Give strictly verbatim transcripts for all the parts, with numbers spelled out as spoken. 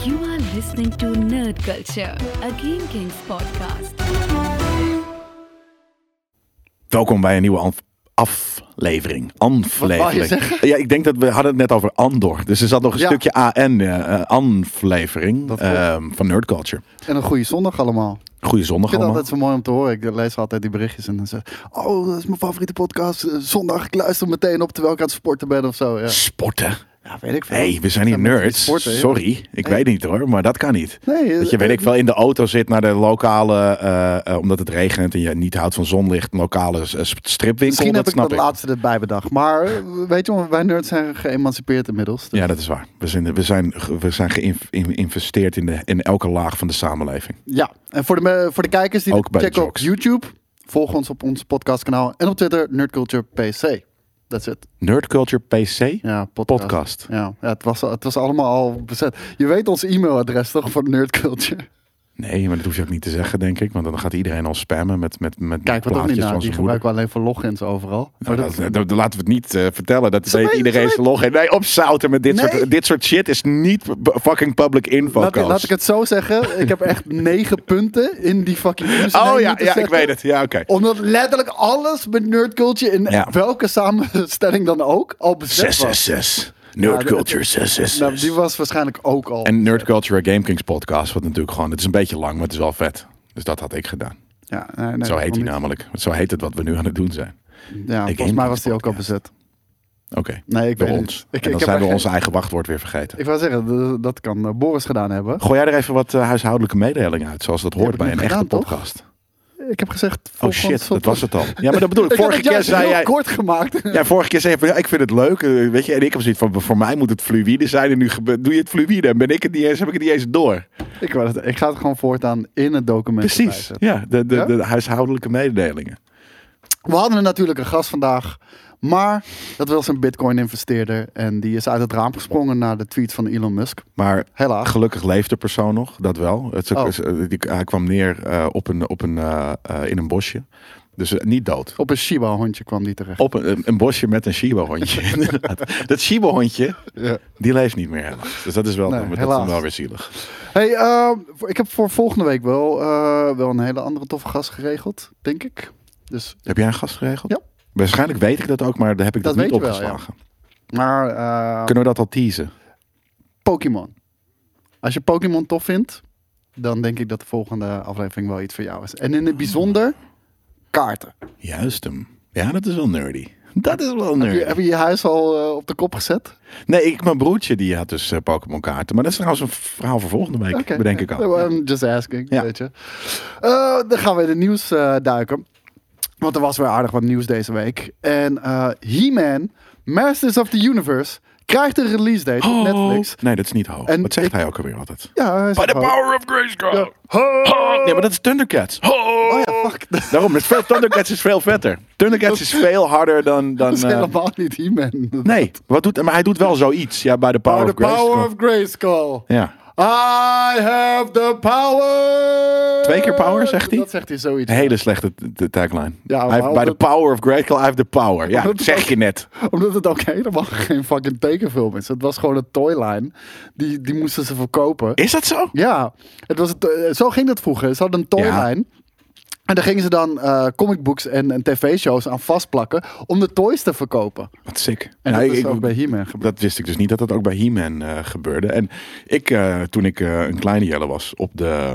You are listening to Nerd Culture, a Game Kings podcast. Welkom bij een nieuwe af- aflevering. Anflevering. Wat wou je zeggen? Ja, ik denk dat we hadden het net over Andor. Dus er zat nog een Ja. stukje A N, uh, Anflevering Dat klopt. uh, van Nerd Culture. En een goede zondag allemaal. Goeie zondag Ik vind het allemaal. altijd zo mooi om te horen. Ik lees altijd die berichtjes en dan zeg oh, dat is mijn favoriete podcast. Uh, Zondag, ik luister meteen op terwijl ik aan het sporten ben of zo. Ja, Sporten. ja weet ik veel. Hé, hey, we zijn hier mensen die nerds. sporten, ja. Sorry, ik Hey. weet niet hoor, maar dat kan niet. Nee, Dat je, weet ik wel, in de auto zit naar de lokale, uh, uh, omdat het regent en je niet houdt van zonlicht, een lokale uh, stripwinkel. Misschien dat heb ik snap dat laatste erbij bedacht. Maar uh, weet je, wij nerds zijn geëmancipeerd inmiddels. Dus Ja, dat is waar. We zijn, we zijn, we zijn geïnvesteerd in, de, in elke laag van de samenleving. Ja, en voor de, me- voor de kijkers die Ook bij checken op jocks. YouTube, volg ons op ons podcastkanaal en op Twitter Nerdculture P C. That's it. Nerd Culture P C? Ja, podcast. Podcast. Ja, ja het, was, het was allemaal al bezet. Je weet ons e-mailadres toch voor Nerdculture? Nee, maar dat hoef je ook niet te zeggen, denk ik. Want dan gaat iedereen al spammen met, met, met Kijk, wat ook plaatjes niet naar. van Die zijn moeder. gebruiken we alleen voor logins overal. Nou, Maar dat, dat- dat- dat- laten we het niet uh, vertellen. Dat Ze weet weet- iedereen ze zijn login. Nee, opzouten met dit, Nee. soort, dit soort shit is niet b- fucking public info. laat, Koos. laat ik het zo zeggen. Ik heb echt negen punten in die fucking username Oh ja, moeten ja ik zetten. weet het. Ja, oké. Omdat letterlijk alles met Nerdculture in Ja. welke samenstelling dan ook al bezet was. zes zes zes. Nerd Ja, Culture zes zes Nou, die zes. was waarschijnlijk ook al. En Nerd Culture Game Kings podcast. Wat natuurlijk gewoon, het is een beetje lang, maar het is wel vet. Dus dat had ik gedaan. Ja, nee, nee, Zo heet hij niet. namelijk. Zo heet het wat we nu aan het doen zijn. Ja, volgens Game mij Kings was die ook al podcast. bezet. Oké. Nee, ik Door weet ons. het. Ik, en ik dan heb zijn we er ons geen- eigen wachtwoord weer vergeten. Ik wou zeggen, d- dat kan uh, Boris gedaan hebben. Gooi jij er even wat uh, huishoudelijke mededelingen uit, zoals dat heb hoort ik bij net een echte gedaan, toch? podcast. Ik heb gezegd... Oh volg shit, ons op- dat was het al. Ja, maar dat bedoel ik. Ik heb Vorige het keer juist zei heel jij... kort gemaakt. Ja, vorige keer zei je van, ja, ik vind het leuk, uh, weet je. En ik heb zoiets van, voor mij moet het fluïde zijn. En nu gebe- doe je het fluïde. En ben ik het niet eens, heb ik het niet eens door. Ik, wou het, ik ga het gewoon voortaan in het document erbij Precies. zetten. Ja, de, de, Ja? de huishoudelijke mededelingen. We hadden natuurlijk een gast vandaag. Maar dat was een bitcoin investeerder. En die is uit het raam gesprongen na de tweet van Elon Musk. Maar Helaas. gelukkig leeft de persoon nog, dat wel. Het, is ook- Oh. is, uh, die, hij kwam neer uh, op een, op een, uh, uh, in een bosje. Dus uh, niet dood. Op een Shiba hondje kwam die terecht. Op een, een bosje met een Shiba-hondje. Inderdaad. Dat Shiba-hondje, Ja. die leeft niet meer helaas. Dus dat is wel, Nee, dat is helaas. wel weer zielig. Hey, uh, voor- ik heb voor volgende week wel, uh, wel een hele andere toffe gast geregeld. Denk ik. Dus, Heb jij een gast geregeld? Ja. Waarschijnlijk weet ik dat ook, maar daar heb ik dat, Dat niet weet je wel, opgeslagen. maar uh, Kunnen we dat al teasen? Pokémon. Als je Pokémon tof vindt, dan denk ik dat de volgende aflevering wel iets voor jou is. En in het bijzonder kaarten. Juist hem. Ja, dat is wel nerdy. Dat is wel Heb nerdy. je, heb je je huis al uh, op de kop gezet? Nee, ik, mijn broertje die had dus uh, Pokémon kaarten. Maar dat is trouwens een verhaal voor volgende week, Oké. bedenk ik al. No, I'm just asking, Ja. weet je. Uh, dan gaan we in de nieuws uh, duiken. Want er was weer aardig wat nieuws deze week. En uh, He-Man, Masters of the Universe, krijgt een release date op Netflix. Nee, dat is niet ho. En Wat zegt ik- hij ook alweer altijd? Ja, hij By zegt the ho. power of Grayskull. Ja. Ho. Nee, maar dat is Thundercats. Ho. Oh ja, fuck. Dat Daarom, het is veel- Thundercats is veel vetter. Thundercats is veel harder dan... dan is uh, helemaal niet He-Man. nee, wat doet, maar hij doet wel zoiets. Ja, bij de power Oh, of the power Grayskull. of Grayskull. Ja. I have the power. Twee keer power, zegt hij? Dat zegt hij zoiets. Een hele slechte t- t- tagline. Ja, Hij maar heeft, bij de omdat- power of Grayskull, I have the power. Ja, Omdat dat het zeg je net. Omdat het ook helemaal geen fucking tekenfilm is. Het was gewoon een toyline. Die, die moesten ze verkopen. Is dat zo? Ja, het was het, eh, zo ging dat vroeger. Ze hadden een toyline. En daar gingen ze dan uh, comicbooks en, en tv-shows aan vastplakken om de toys te verkopen. Wat sick. En Nou, dat is ik- ook bij He-Man gebeurd. Dat wist ik dus niet dat dat ook bij He-Man uh, gebeurde. En ik, uh, toen ik uh, een kleine jelle was op de,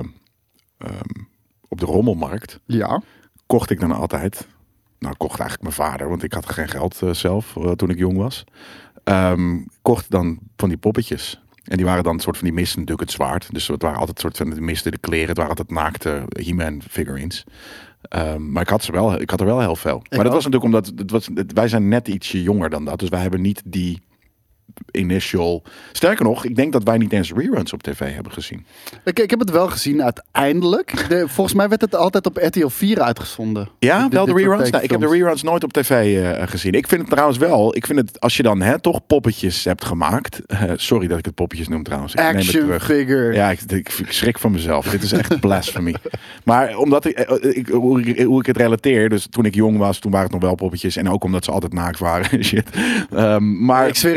um, op de rommelmarkt, Ja. kocht ik dan altijd... Nou, kocht eigenlijk mijn vader, want ik had geen geld uh, zelf uh, toen ik jong was. Um, kocht dan van die poppetjes. En die waren dan een soort van die misten natuurlijk het zwaard. Dus het waren altijd soort van de misten de kleren. Het waren altijd naakte He-Man figurines. Um, maar ik had, ze wel, ik had er wel heel veel. Maar dat ook. was natuurlijk omdat... Het was, het, wij zijn net ietsje jonger dan dat. Dus wij hebben niet die initial... Sterker nog, ik denk dat wij niet eens reruns op tv hebben gezien. Ik, ik heb het wel gezien uiteindelijk. De, volgens mij werd het altijd op R T L vier uitgezonden. Ja, Dit- wel de dit soort reruns? Nou, ik heb de tekenfilms. reruns nooit op tv uh, gezien. Ik vind het trouwens wel... Ik vind het, als je dan hè, toch poppetjes hebt gemaakt... Uh, sorry dat ik het poppetjes noem trouwens. Ik neem het Action terug. figure. Ja, ik, ik, ik schrik van mezelf. Dit is echt blasphemy. Maar omdat ik, ik, hoe, ik, hoe ik het relateer... Dus toen ik jong was, toen waren het nog wel poppetjes. En ook omdat ze altijd naakt waren. Shit. Um, maar Ik zweer het je, zij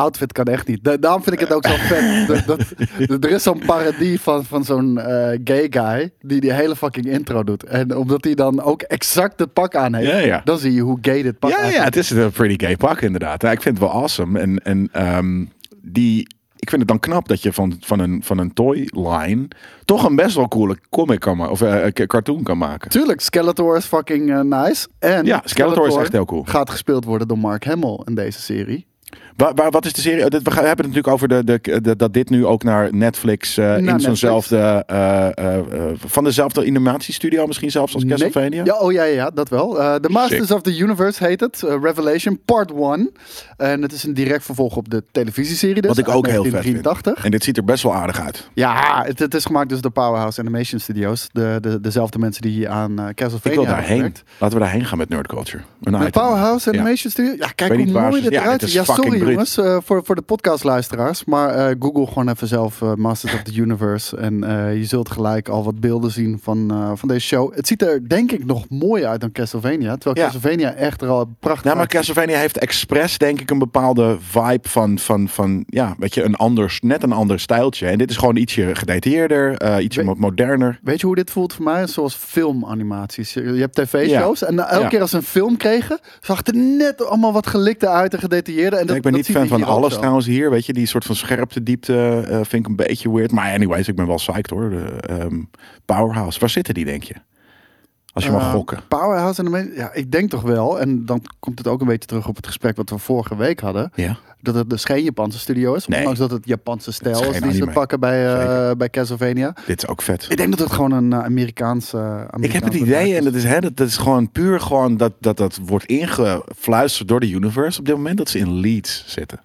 outfit kan echt niet. Da- daarom vind ik het ook zo vet. dat, dat, dat, er is zo'n parodie van, van zo'n uh, gay guy die die hele fucking intro doet. En omdat hij dan ook exact het pak aan heeft, Ja, ja. dan zie je hoe gay dit pak Ja, aan ja, het is een pretty gay pak inderdaad. Ja, ik vind het wel awesome. En, en um, die... Ik vind het dan knap dat je van, van, een, van een toy line toch een best wel coole comic kan maken. Of uh, cartoon kan maken. Tuurlijk, Skeletor is fucking uh, nice. En Ja, Skeletor is echt heel cool. Gaat gespeeld worden door Mark Hamill in deze serie. Waar, waar, wat is de serie? We gaan- we hebben het natuurlijk over de, de, de, dat dit nu ook naar Netflix uh, in Netflix. zo'nzelfde uh, uh, uh, van dezelfde animatiestudio misschien zelfs als Castlevania. Nee. Ja, oh ja, ja, dat wel. Uh, The Masters Sick. of the Universe heet het. Uh, Revelation Part one. En het is een direct vervolg op de televisieserie. Dus, Wat ik uit ook heel vet negentien drieëntachtig. vind. En dit ziet er best wel aardig uit. Ja, het, het is gemaakt dus door Powerhouse Animation Studios. De, de, dezelfde mensen die hier aan uh, Castlevania Ik wil hebben daarheen. gewerkt. Laten we daarheen gaan met Nerd Culture. Een Met item. Powerhouse Ja. Animation Studio? Ja, kijk Weet hoe niet waar mooi ze- dit ja, eruit dit ziet. is Ja, sorry fucking jongens, uh, voor, voor de podcastluisteraars. Maar uh, Google gewoon even zelf uh, Masters of the Universe. En uh, je zult gelijk al wat beelden zien van, uh, van deze show. Het ziet er denk ik nog mooier uit dan Castlevania. Terwijl Ja. Castlevania echt er al prachtig Ja, maar uit ziet. Castlevania heeft expres denk ik een bepaalde vibe van, van, van ja, weet je, een ander, net een ander stijltje. En dit is gewoon ietsje gedetailleerder, uh, ietsje We- wat moderner. Weet je hoe dit voelt voor mij? Zoals filmanimaties. Je je hebt tv-shows en uh, elke Ja. keer als ze een film kregen, zag het er net allemaal wat gelikter uit en gedetailleerder. En dat, ik ben dat niet ziet fan hij van hier ook alles zo. trouwens hier. Weet je, die soort van scherpte, diepte uh, vind ik een beetje weird. Maar anyways, ik ben wel psyched hoor. De, um, Powerhouse, waar zitten die denk je? Als je mag Uh, gokken. Powerhouse en de ja, ik denk toch wel. En dan komt het ook een beetje terug op het gesprek wat we vorige week hadden. Ja. Dat het dus geen Japanse studio is. Nee. Ondanks dat het Japanse stijl Het is is, geen die ze anime. pakken bij, uh, Zeker. bij Castlevania. Dit is ook vet. Ik denk dat het gewoon een uh, Amerikaanse... Uh, Ik heb het idee, en dat is, hè, dat, dat is gewoon puur gewoon dat, dat dat wordt ingefluisterd door de universe op dit moment, dat ze in Leeds zitten.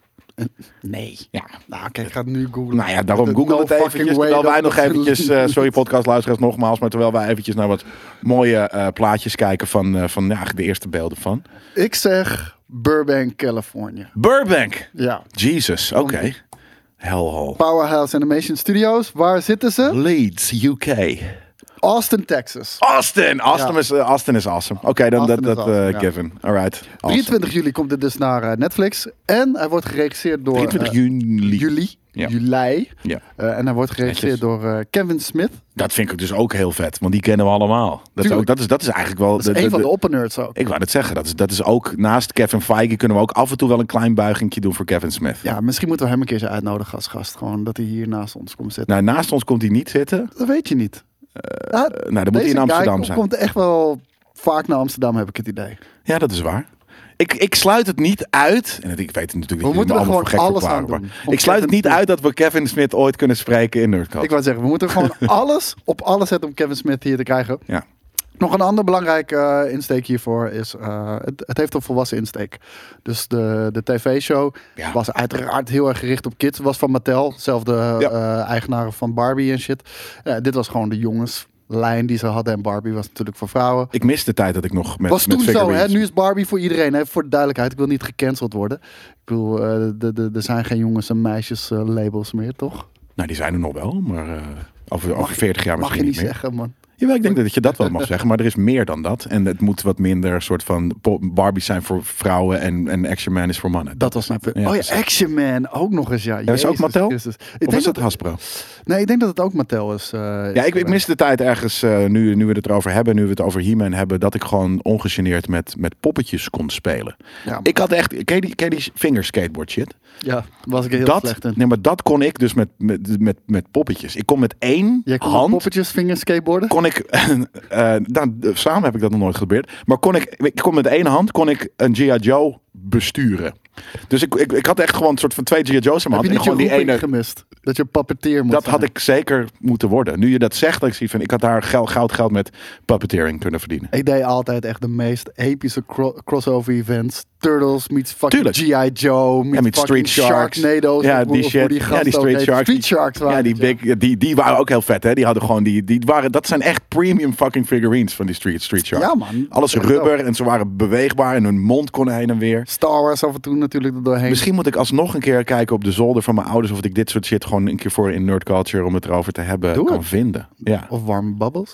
Nee. Ja. Nou, kijk, ik ga het nu googlen. Nou ja, daarom No google het fucking eventjes. way Terwijl dat wij nog het- eventjes, uh, sorry podcastluisteraars nogmaals, maar terwijl wij eventjes naar wat mooie uh, plaatjes kijken van, uh, van ja, de eerste beelden van. Ik zeg Burbank, California. Burbank! Ja. Jesus, oké. Okay. Hellhole. Powerhouse Animation Studios. Waar zitten ze? Leeds, U K. Austin, Texas. Austin! Austin, Ja. is, uh, Austin is awesome. Oké, okay, dan dat Austin is dat uh, awesome, ja. given. Alright. Awesome. drieëntwintig juli komt dit dus naar uh, Netflix. En hij wordt geregisseerd door... drieëntwintig uh, juli. juli. Ja. Juli. Ja. Uh, en hij wordt geregisseerd Netjes. door uh, Kevin Smith. Dat vind ik dus ook heel vet, want die kennen we allemaal. Dat, is, ook, Tuurlijk. dat, is, dat is eigenlijk wel... Dat is een van de oppernerds ook. Ik wou het zeggen, dat is, dat is ook naast Kevin Feige kunnen we ook af en toe wel een klein buigingje doen voor Kevin Smith. Ja, misschien moeten we hem een keer eens uitnodigen als gast. Gewoon dat hij hier naast ons komt zitten. Nou, naast ons komt hij niet zitten. Dat weet je niet. Ja, nou, dan moet hij deze in Amsterdam guy zijn. komt echt wel vaak naar Amsterdam, heb ik het idee. Ja, dat is waar. Ik, ik sluit het niet uit. En ik weet natuurlijk dat We jullie moeten me er allemaal gewoon voor gek alles aan verklaren, doen. maar Om ik sluit het Kevin niet Smith- uit dat we Kevin Smith ooit kunnen spreken in Nerdcast. Ik wou zeggen, we moeten gewoon alles op alles zetten om Kevin Smith hier te krijgen. Ja. Nog een ander belangrijk uh, insteek hiervoor is, uh, het, het heeft een volwassen insteek. Dus de, de tv-show Ja. was uiteraard heel erg gericht op kids. Was van Mattel, zelfde Ja. uh, eigenaren van Barbie en shit. Ja, dit was gewoon de jongenslijn die ze hadden. En Barbie was natuurlijk voor vrouwen. Ik mis de tijd dat ik nog met Was met toen zo, hè? figurines- Nu is Barbie voor iedereen. Hè? Voor de duidelijkheid, ik wil niet gecanceld worden. Ik bedoel, uh, de, de, er zijn geen jongens en meisjes uh, labels meer, toch? Nou, die zijn er nog wel, maar uh, over, over veertig jaar Mag misschien je niet niet meer. zeggen, man. Jawel, ik denk dat je dat wel mag zeggen, maar er is meer dan dat. En het moet wat minder soort van po- Barbies zijn voor vrouwen en, en Action Man is voor mannen. Dat was mijn punt. Ja, oh precies. ja, Action Man ook nog eens, ja. Ja, is het ook Jezus Mattel? Christus. Ik Of denk is dat dat, Hasbro? nee, ik denk dat het ook Mattel is. uh, Ja, ik, ik mis de tijd ergens, uh, nu, nu we het erover hebben, nu we het over He-Man hebben, dat ik gewoon ongegeneerd met, met poppetjes kon spelen. Ja, Ik had echt, ken je die, ken je die fingerskateboard shit? ja, was ik er heel Dat, slecht in. nee, maar dat kon ik dus met, met, met, met poppetjes. Ik kon met één Jij kon hand, poppetjes vinger skateboarden? kon ik, uh, nou, samen heb ik dat nog nooit gebeurd, maar kon ik, ik kon met één hand kon ik een G I. Joe besturen. Dus ik, ik, ik had echt gewoon een soort van twee G I. Joe's in mijn Heb je hand. En niet je gewoon die roeping ene, gemist? Dat je puppeteer moet dat zijn? had ik zeker moeten worden. Nu je dat zegt, dat ik zie van, ik had daar geld, goud geld met puppeteering kunnen verdienen. Ik deed altijd echt de meest epische cro- crossover events. Turtles meets fucking Tuurlijk. G I. Joe meets Ja, met fucking Street Sharks. Sharknado's. Ja, of hoe- die of hoe shit. die Ja, gasten die ook Street heten. Sharks. Street Sharks waren Ja, die, het, big, die, die waren ook heel vet, hè? Die hadden gewoon die, die waren, dat zijn echt premium fucking figurines van die Street, street Sharks. Ja, man. Alles Echt rubber wel. en ze waren beweegbaar en hun mond kon heen en weer. Star Wars af en toe natuurlijk er doorheen. Misschien moet ik alsnog een keer kijken op de zolder van mijn ouders of ik dit soort shit gewoon een keer voor in Nerd Culture om het erover te hebben Doe kan het. vinden. Ja, Of warme bubbles.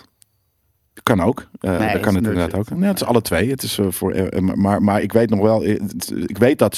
kan ook. Uh, Nee, dat het kan is het nerd inderdaad shit. ook. Nee, het is alle twee. Het is uh, voor, uh, maar, maar ik weet nog wel, uh, het- ik weet dat ze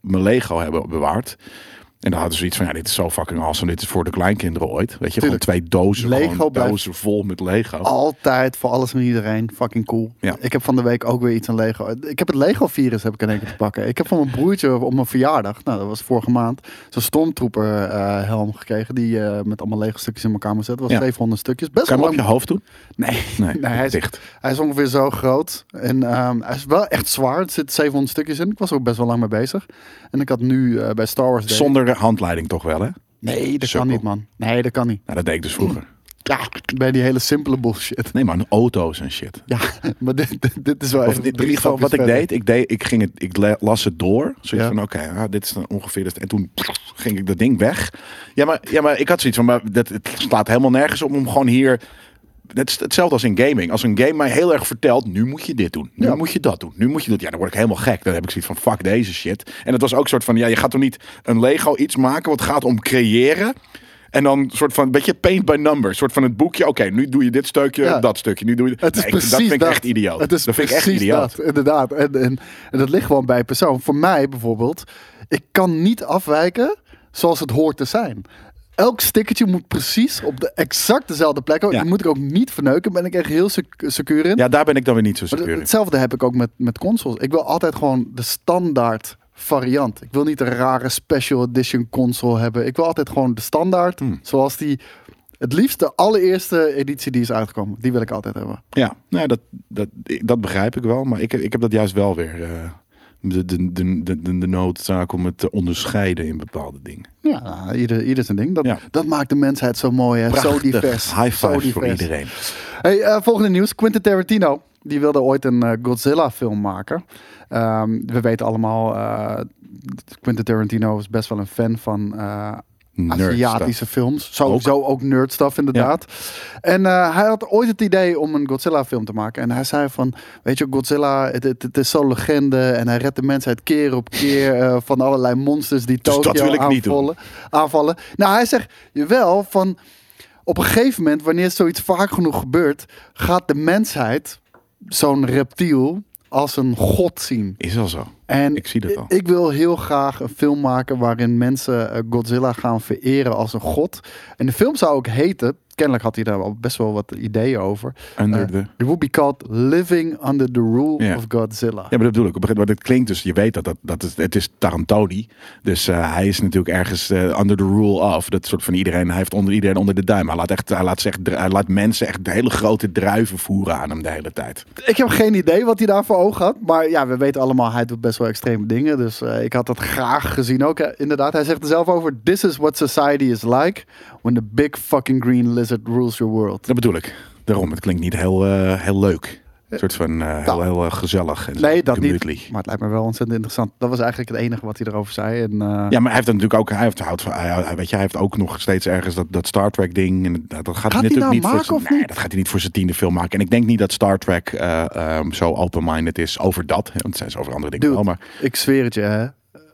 mijn Lego hebben bewaard. En dan hadden ze zoiets van, ja, dit is zo fucking awesome. Dit is voor de kleinkinderen ooit. Weet je, Tuurlijk. gewoon twee dozen. Lego gewoon blijft- dozen vol met Lego. Altijd voor alles en iedereen. Fucking cool. Ja. Ik heb van de week ook weer iets aan Lego. Ik heb het Lego-virus heb ik in één keer te pakken. Ik heb van mijn broertje op mijn verjaardag, nou dat was vorige maand, zo'n stormtrooper eh, helm gekregen. Die eh, met allemaal Lego stukjes in elkaar moet zetten. Dat was Ja. zevenhonderd stukjes. Best Kan je wel hem op lang. je hoofd doen? Nee, Nee, nee hij, is, dicht. hij is ongeveer zo groot. En ehm, hij is wel echt zwaar. Er zitten zevenhonderd stukjes in. Ik was er ook best wel lang mee bezig. En ik had nu eh, bij Star Wars Day... Zonder handleiding toch wel, hè? Nee, dat Sukkel. kan niet, man. Nee, dat kan niet. Nou, dat deed ik dus vroeger. Ja, bij die hele simpele bullshit. Nee, man, auto's en shit. Ja, maar dit, dit, dit is wel Of echt in drie ieder geval, wat ik stapjes deed, ik deed, ik ging het, ik le- las het door. Zoiets Ja. van, oké, ah, dit is dan ongeveer. dit- En toen ging ik dat ding weg. Ja, maar, ja, maar ik had zoiets van, maar dat, het slaat helemaal nergens op om gewoon hier. Het is hetzelfde als in gaming. Als een game mij heel erg vertelt, nu moet je dit doen. Nu Ja. moet je dat doen. Nu moet je dat. Ja, dan word ik helemaal gek. Dan heb ik zoiets van, fuck deze shit. En het was ook een soort van, ja, je gaat toch niet een Lego iets maken wat gaat om creëren. En dan een soort van, een beetje paint by number. Een soort van het boekje, oké, nu doe je dit stukje, Ja. dat stukje. Nu doe je Het is Nee, precies dat vind ik dat. echt idioot. Het is dat vind ik echt precies idioot. dat, inderdaad. En, en, en dat ligt gewoon bij persoon. Voor mij bijvoorbeeld, ik kan niet afwijken zoals het hoort te zijn. Elk stickertje moet precies op de exact dezelfde plek. Ja. Die moet ik ook niet verneuken. Ben ik echt heel sec- secuur in. Ja, daar ben ik dan weer niet zo Maar secuur in. hetzelfde heb ik ook met, met consoles. Ik wil altijd gewoon de standaard variant. Ik wil niet een rare special edition console hebben. Ik wil altijd gewoon de standaard. Hmm. Zoals die... Het liefst de allereerste editie die is uitgekomen. Die wil ik altijd hebben. Ja, nou, dat, dat, dat begrijp ik wel. Maar ik, ik heb dat juist wel weer. eh, de, de, de, de, de, de noodzaak om het te onderscheiden in bepaalde dingen. Ja, nou, ieder, ieder zijn ding. Dat, Ja. dat maakt de mensheid zo mooi. Hè? Zo Prachtig. divers. High Zo five voor divers. iedereen. Hey, eh, volgende nieuws. Quentin Tarantino. Die wilde ooit een eh, Godzilla film maken. Ehm, we weten allemaal... eh, Quentin Tarantino is best wel een fan van... eh, Nerd Aziatische stuff. films. Sowieso ook, ook nerd stuff inderdaad. En eh, hij had ooit het idee om een Godzilla film te maken. En hij zei van, weet je, Godzilla, het, het, het is zo'n legende. En hij redt de mensheid keer op keer eh, van allerlei monsters die Dus dat Tokio wil ik niet aanvallen, aanvallen. Nou, hij zegt, jawel, van op een gegeven moment, wanneer zoiets vaak genoeg gebeurt, gaat de mensheid zo'n reptiel als een god zien. Is al zo. En Ik zie dat al. Ik wil heel graag een film maken waarin mensen eh, Godzilla gaan vereren als een god. En de film zou ook heten, kennelijk had hij daar wel best wel wat ideeën over. Under Eh, the... It would be called Living Under the Rule Ja. of Godzilla. Ja, maar dat bedoel ik. Op een gegeven moment, het klinkt dus, je weet dat, dat, dat het, het is Tarantoni. Dus uh, hij is natuurlijk ergens uh, under the rule of. Dat soort van iedereen, hij heeft onder iedereen onder de duim. Hij laat, echt, hij laat, zich, hij laat mensen echt de hele grote druiven voeren aan hem de hele tijd. Ik heb geen idee wat hij daar voor ogen had. Maar ja, we weten allemaal, hij doet best wel extreme dingen. Dus uh, ik had dat graag gezien ook. Uh, inderdaad, hij zegt er zelf over, this is what society is like when the big fucking green lizard rules your world. Dat bedoel ik. Daarom, het klinkt niet heel, uh, heel leuk. Een soort van uh, heel, heel uh, gezellig. En Nee, dat gemütlich. niet. Maar het lijkt me wel ontzettend interessant. Dat was eigenlijk het enige wat hij erover zei. En, uh, Ja, maar hij heeft natuurlijk ook, hij heeft, houdt van, hij, hij- weet je, hij heeft ook nog steeds ergens dat, dat Star Trek ding. En dat, dat gaat, Gaat hij hij natuurlijk nou niet maken voor, of zijn- nee, niet? dat gaat hij niet voor zijn tiende film maken. En ik denk niet dat Star Trek uh, um, zo open-minded is over dat. Want het zijn ze over andere dingen Dude, wel. Maar ik zweer het je, hè.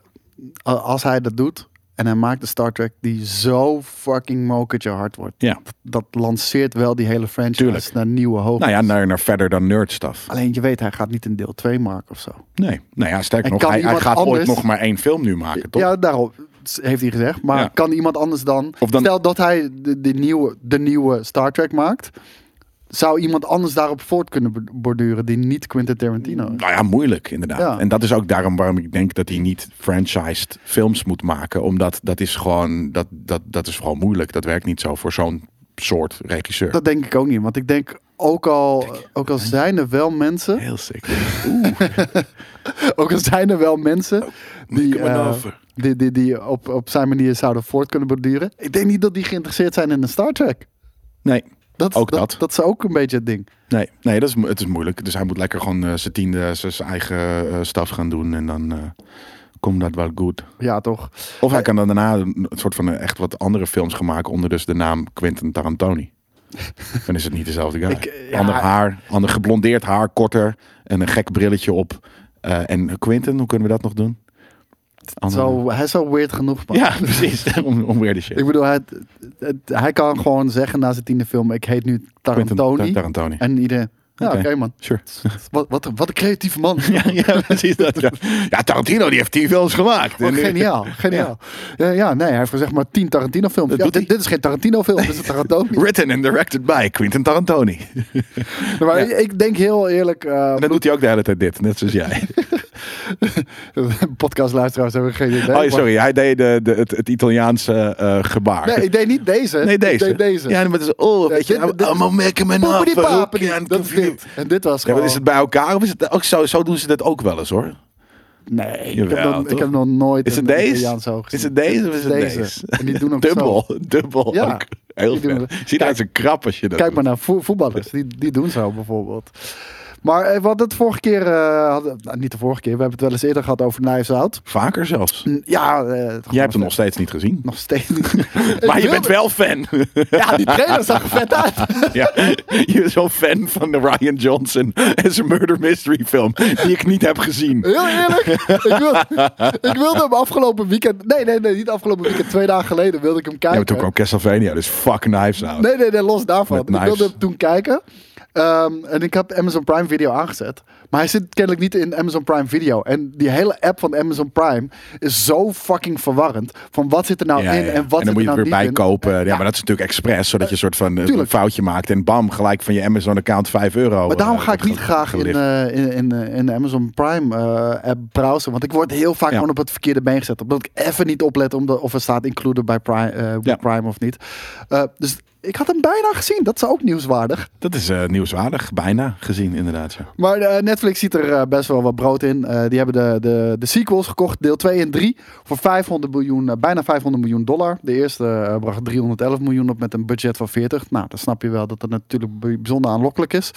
Als hij dat doet en hij maakt een Star Trek die zo fucking mokertje hard wordt. ja, Dat lanceert wel die hele franchise Tuurlijk. naar nieuwe hoogtes. nou ja, naar, naar verder dan nerd stuff. Alleen je weet, hij gaat niet een deel twee maken of zo. Nee, nou ja, sterker En nog, kan hij, hij iemand gaat ooit anders- nog maar één film nu maken, toch? Ja, daarom heeft hij gezegd. Maar Ja. kan iemand anders dan... Of dan- Stel dat hij de, de, nieuwe, de nieuwe Star Trek maakt. Zou iemand anders daarop voort kunnen borduren die niet Quentin Tarantino is? Nou ja, moeilijk inderdaad. Ja. En dat is ook daarom waarom ik denk dat hij niet franchised films moet maken. Omdat dat is gewoon, dat, dat, dat is gewoon moeilijk. Dat werkt niet zo voor zo'n soort regisseur. Dat denk ik ook niet. Want ik denk, ook al, ook al zijn er wel mensen... Heel sick. Ook al zijn er wel mensen die, Make him an eh, offer. die, die, die op, op zijn manier zouden voort kunnen borduren. Ik denk niet dat die geïnteresseerd zijn in een Star Trek. Nee, Dat, Ook dat, dat. dat is ook een beetje het ding. nee, nee dat is, mo- het is moeilijk. Dus hij moet lekker gewoon uh, zijn tiende, zijn zijn eigen uh, staf gaan doen. En dan uh, komt dat wel goed. Ja, toch? Of hij kan dan daarna een soort van uh, echt wat andere films gaan maken onder dus de naam Quentin Tarantoni. Dan is het niet dezelfde guy. Ik, uh, ja. Ander haar, ander geblondeerd haar, korter en een gek brilletje op. Uh, en Quentin, hoe kunnen we dat nog doen? Andere- Zo, hij is zo weird genoeg, man. Ja, precies. om, om weer de shit. Ik bedoel, hij, het- hij kan gewoon zeggen na zijn tiende film... ik heet nu Quentin Tarantoni. Tarantoni. En iedereen... Ja, oké Oké. man. Sure. Wat, wat, wat een creatieve man. Ja, ja, precies dat. Ja. ja, Tarantino die heeft tien films gemaakt. Wat En, eh, geniaal, geniaal. Ja. Ja, nee, hij heeft zeg maar tien Tarantino films. Dat Ja, doet dit, hij. dit is geen Tarantino film, dit is een Tarantino. Written and directed by Quentin Tarantoni. Maar Ja. ik denk heel eerlijk... Uh, En dan doet hij ook de hele tijd dit, net zoals jij. podcastluisteraars hebben geen idee. Oh, maar- sorry, hij deed de, de, het, het Italiaanse uh, gebaar. Nee, ik deed niet deze. Nee, deze. Ik deed deze. Ja, maar het is, oh, weet je, dit- dit- I'm gonna make him an offer. Poepidi-papidi. Ja, en- Dat is dit. En dit was Ja, gewoon... maar is het bij elkaar of is het ook zo? Zo doen ze dat ook wel eens, hoor. Nee, ik heb, Jawel, nog, ik toch? heb nog nooit Is het een deze? Italiaans zo gezien. Is het deze of is het Deze. deze? En die doen ook dubbel, zo. dubbel Ja, ook. Heel die doen vet. het. Ziet uit zijn krap als je dat Kijk maar doet. naar vo- voetballers, die, die doen zo bijvoorbeeld. Maar eh, we hadden het vorige keer, eh, hadden, nou, niet de vorige keer, we hebben het wel eens eerder gehad over Knives Out. Vaker zelfs. N- Ja, eh, Jij hebt hem nog steeds niet gezien. nog steeds niet. Maar Ik je wilde- bent wel fan. Ja, die trailer zag er vet uit. Ja, je bent zo'n fan van de Ryan Johnson en zijn murder mystery film. Die ik niet heb gezien. Heel eerlijk, ik, wil, ik wilde hem afgelopen weekend, nee, nee, nee, niet afgelopen weekend, twee dagen geleden wilde ik hem Ja, kijken. maar toen kwam Castlevania, dus fuck Knives Out. Nee, nee, nee, los daarvan. Met Ik wilde knives. hem toen kijken. Um, en ik heb Amazon Prime Video aangezet. Maar hij zit kennelijk niet in Amazon Prime Video. En die hele app van Amazon Prime is zo fucking verwarrend. Van wat zit er nou Ja, in ja. en wat en dan zit moet je er het nou weer niet bijkopen. in. Ja, Ja, maar dat is natuurlijk expres, zodat je een soort van eh, Tuurlijk. een foutje maakt. En bam, gelijk van je Amazon-account vijf euro. maar daarom eh, ga ik wordt niet ge- graag in, gelicht. eh, in, in, eh, in de Amazon Prime eh, app browsen. Want ik word heel vaak Ja. gewoon op het verkeerde been gezet. Omdat ik even niet oplet omdat, of er staat included bij Prime, eh, Ja. Prime of niet. Uh, dus ik had hem bijna gezien. Dat is ook nieuwswaardig. Dat is uh, nieuwswaardig, bijna gezien inderdaad. Ja. Maar uh, Netflix ziet er uh, best wel wat brood in. Uh, die hebben de, de, de sequels gekocht, deel twee en drie, voor vijfhonderd miljoen, uh, bijna vijfhonderd miljoen dollar. De eerste uh, bracht driehonderdelf miljoen op met een budget van veertig. Nou, dan snap je wel dat dat natuurlijk bijzonder aanlokkelijk is.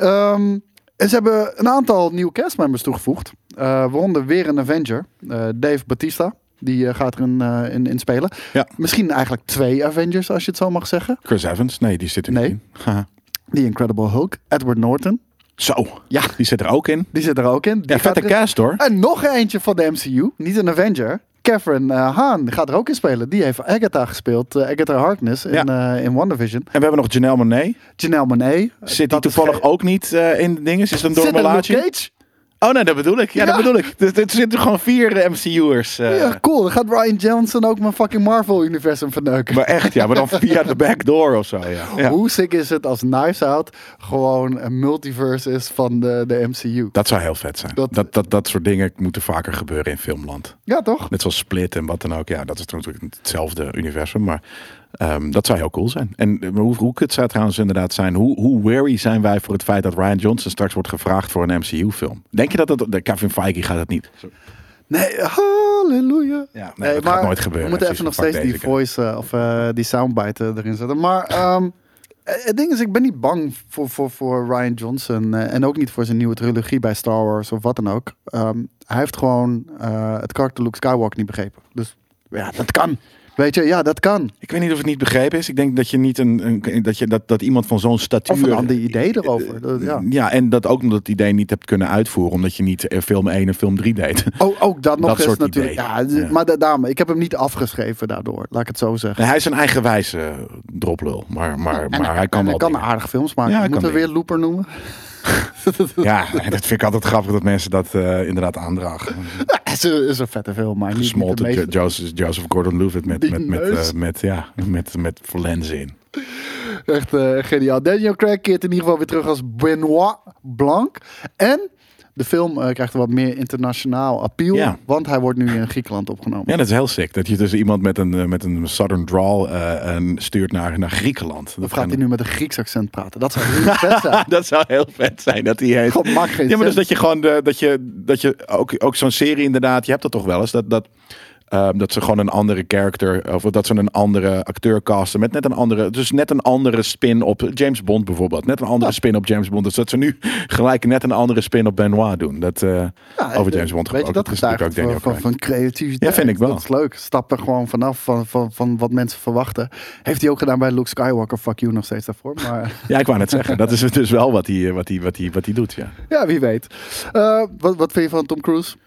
Um, en ze hebben een aantal nieuwe castmembers toegevoegd. Uh, waaronder weer een Avenger, uh, Dave Bautista. Die uh, gaat erin uh, in, in spelen. Ja. Misschien eigenlijk twee Avengers, als je het zo mag zeggen. Chris Evans, nee, die zit er Nee. niet in. Haha. Die Incredible Hulk, Edward Norton. Zo, Ja, die zit er ook in. die zit er ook in. Die Ja, gaat vette erin- cast hoor. En nog eentje van de M C U, niet een Avenger. Catherine uh, Hahn gaat er ook in spelen. Die heeft Agatha gespeeld, uh, Agatha Harkness in, Ja. uh, in WandaVision. En we hebben nog Janelle Monáe. Janelle Monáe. Zit die dat is toevallig geen- ook niet uh, in de dingen? Is het een Zit er Luke doormelaatje? Cage? Oh nee, dat bedoel ik. Ja, Ja. dat bedoel ik. Er, er zitten gewoon vier uh, M C U'ers. Uh, Ja, cool. Dan gaat Ryan Johnson ook mijn fucking Marvel-universum verneuken. Maar echt, ja. Maar dan via de backdoor of zo, ja. ja. Hoe sick is het als Knives Out gewoon een multiverse is van de, de M C U? Dat zou heel vet zijn. Dat- Dat, dat, dat, soort dingen moeten vaker gebeuren in filmland. Ja, toch? Net zoals Split en wat dan ook. Ja, dat is natuurlijk hetzelfde universum. Maar um, dat zou heel cool zijn. En uh, hoe, hoe kut zou het trouwens inderdaad zijn? Hoe, hoe wary zijn wij voor het feit dat Ryan Johnson straks wordt gevraagd voor een M C U-film? Denk je dat dat... de Kevin Feige gaat het niet. Nee, halleluja. Ja, nee, dat gaat nooit gebeuren. We moeten Precies, even nog fuck steeds die deze voice uh, of uh, die soundbite uh, erin zetten. Maar um, het ding is, ik ben niet bang voor, voor, voor Ryan Johnson. Uh, en ook niet voor zijn nieuwe trilogie bij Star Wars of wat dan ook. Um, hij heeft gewoon uh, het karakter Luke Skywalker niet begrepen. Dus ja, dat kan. Weet je, ja, dat kan. Ik weet niet of het niet begrepen is. Ik denk dat je niet een, een dat je dat, dat iemand van zo'n statuur. Of een ander idee erover. Dat, ja. Ja, en dat ook omdat het idee niet hebt kunnen uitvoeren, omdat je niet eh, film één en film drie deed. Oh, ook dat nog Dat eens soort natuurlijk. idee. Ja, d- Ja. Maar da- daarom, ik heb hem niet afgeschreven daardoor. Laat ik het zo zeggen. Nee, hij is een eigenwijze droplul, maar, maar, En- maar hij kan en wel hij kan dingen. aardige films maken. Ja, hij Moeten kan we weer Looper noemen? Ja, en dat vind ik altijd grappig dat mensen dat uh, inderdaad aandragen. Ja, het is een, is een vette film, maar niet, niet de Gesmolten meeste. Jo- Joseph, Joseph Gordon-Levitt met, Die met, met, neus. uh, met, ja, met, met lenzen in. Echt uh, geniaal. Daniel Craig keert in ieder geval weer terug als Benoit Blanc. En de film uh, krijgt wat meer internationaal appeal. Ja. Want hij wordt nu in Griekenland opgenomen. Ja, dat is heel sick. Dat je dus iemand met een, uh, met een southern drawl uh, en stuurt naar, naar Griekenland. Dan Dat gaat kan- hij nu met een Grieks accent praten. Dat zou heel vet zijn. dat zou heel vet zijn dat hij heet. God, maakt geen Ja, maar dus sens. dat je gewoon de, dat je dat je ook, ook zo'n serie inderdaad, je hebt dat toch wel eens dat dat um, dat ze gewoon een andere character of dat ze een andere acteur casten met net een andere, dus net een andere spin op James Bond bijvoorbeeld, net een andere Ja. spin op James Bond. Dus dat ze nu gelijk net een andere spin op Benoit doen. Dat uh, Ja, over James Bond weet je, gesproken. dat is is natuurlijk ook Daniel van, Craig. van creativiteit. Ja, vind ik wel. Dat is leuk. Stap er gewoon vanaf van, van, van wat mensen verwachten. Heeft hij ook gedaan bij Luke Skywalker. Fuck you nog steeds daarvoor. Maar Ja, ik wou net zeggen, dat is dus wel wat hij wat hij wat hij wat hij doet, ja. ja, wie weet. Uh, wat, wat vind je van Tom Cruise?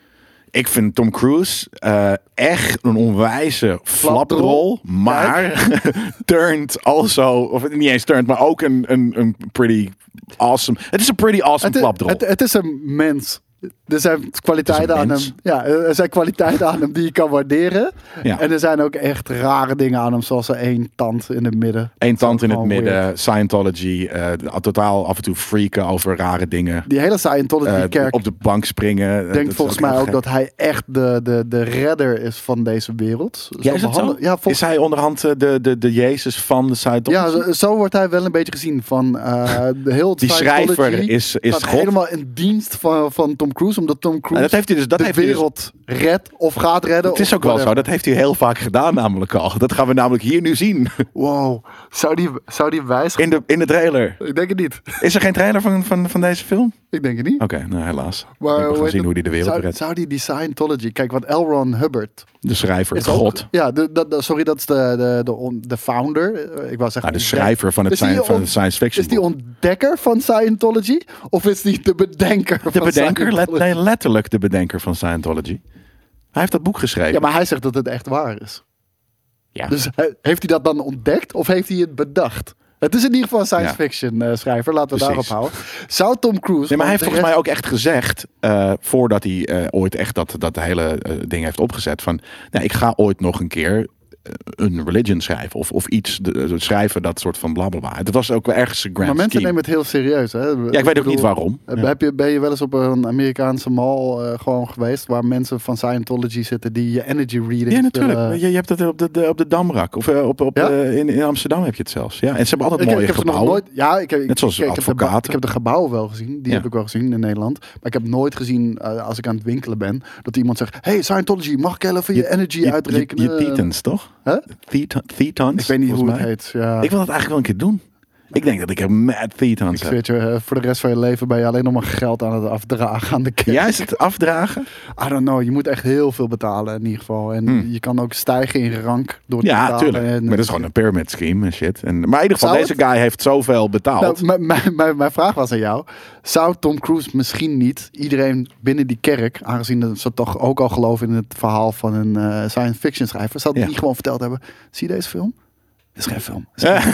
Ik vind Tom Cruise uh, echt een onwijze flaprol, maar turned also, of niet eens turned, maar ook een, een, een pretty awesome. Het is een pretty awesome Het, flaprol. het, het is een mens. Er zijn kwaliteiten aan hem. Ja, er zijn kwaliteiten aan hem die je kan waarderen. Ja. En er zijn ook echt rare dingen aan hem, zoals er één tand in het midden. Eén tand in het midden, weird. Scientology, uh, totaal af en toe freaken over rare dingen. Die hele Scientology-kerk. Uh, op de bank springen. Ik denk dat volgens is ook mij ook gek. dat hij echt de, de, de redder is van deze wereld. Ja, is het zo? Ja, vol- Is hij onderhand uh, de, de, de Jezus van de Scientology? ja, zo, zo wordt hij wel een beetje gezien. Van, uh, de heel Die Scientology schrijver is, is staat God. helemaal in dienst van, van Tom Cruise. Omdat Tom Cruise Nou, dat heeft hij dus, dat de heeft hij dus- wereld redt of gaat redden. Het is of ook wel zo. whatever. Dat heeft hij heel vaak gedaan namelijk al. Dat gaan we namelijk hier nu zien. Wow. Zou die, zou die wijs... In de, in de trailer. Ik denk het niet. Is er geen trailer van, van, van deze film? Ik denk het niet. Oké, nou helaas. Maar we hoe gaan heet zien het? hoe die de wereld zou, redt. zou die die Scientology... Kijk, want L. Ron Hubbard... De schrijver, is het ook- god. Ja, de, de, de- sorry, dat is de, de, de, on- de founder. Eh, Ik wou zeggen... Nou, de schrijver van het, Is die sci- van on- het science fiction Is die boek. ontdekker van Scientology? Of is die de bedenker De van bedenker, let, Scientology? nee, letterlijk de bedenker van Scientology. Hij heeft dat boek geschreven. Ja, maar hij zegt dat het echt waar is. Ja. Dus hij- heeft hij dat dan ontdekt of heeft hij het bedacht? Het is in ieder geval een science Ja. fiction eh, schrijver. Laten we Precies. daarop houden. Zou Tom Cruise... Nee, maar hij heeft want volgens de mij ook echt gezegd, uh, voordat hij uh, ooit echt dat, dat hele uh, ding heeft opgezet, van, nou, ik ga ooit nog een keer uh, een religion schrijven of, of iets de, de schrijven dat soort van blablabla. Het was ook wel ergens een grand Maar mensen scheme. nemen het heel serieus. Hè? Ja, ik weet ook niet waarom. Heb, Ja. heb je, ben je wel eens op een Amerikaanse mall uh, gewoon geweest waar mensen van Scientology zitten die je energy readings Ja, natuurlijk. willen- Je, je hebt het op de, de, op de Damrak. Of uh, op, op, Ja? uh, in, in Amsterdam heb je het zelfs. Ja, en ze hebben altijd Ik, mooie ik heb ze nog gebouwen. nooit. Ja, ik heb, Net zoals ik, ik, heb de, advocaten. ik heb de gebouwen wel gezien. Die Ja. heb ik wel gezien in Nederland. Maar ik heb nooit gezien, uh, als ik aan het winkelen ben, dat iemand zegt: Hey, Scientology, mag ik even je, energy je, uitrekenen? Je, je Thetans, toch? Huh? Theta- Thetans, Ik weet niet hoe volgens het mij. heet. Ja. Ik wil dat eigenlijk wel een keer doen. Ik denk dat ik er mad Thetans Ik heb. weet je, uh, voor de rest van je leven ben je alleen nog maar geld aan het afdragen aan de kerk. Juist het afdragen? I don't know, je moet echt heel veel betalen in ieder geval. En Hmm. je kan ook stijgen in rank door te Ja, betalen. tuurlijk. En, Maar dat is gewoon een pyramid scheme en shit. En, maar in ieder geval, Zou deze guy heeft zoveel betaald. Nou, m- m- m- mijn vraag was aan jou. Zou Tom Cruise misschien niet iedereen binnen die kerk, aangezien ze toch ook al geloven in het verhaal van een uh, science fiction schrijver, zou die Ja. niet gewoon verteld hebben: zie je deze film? Het is geen film. Het is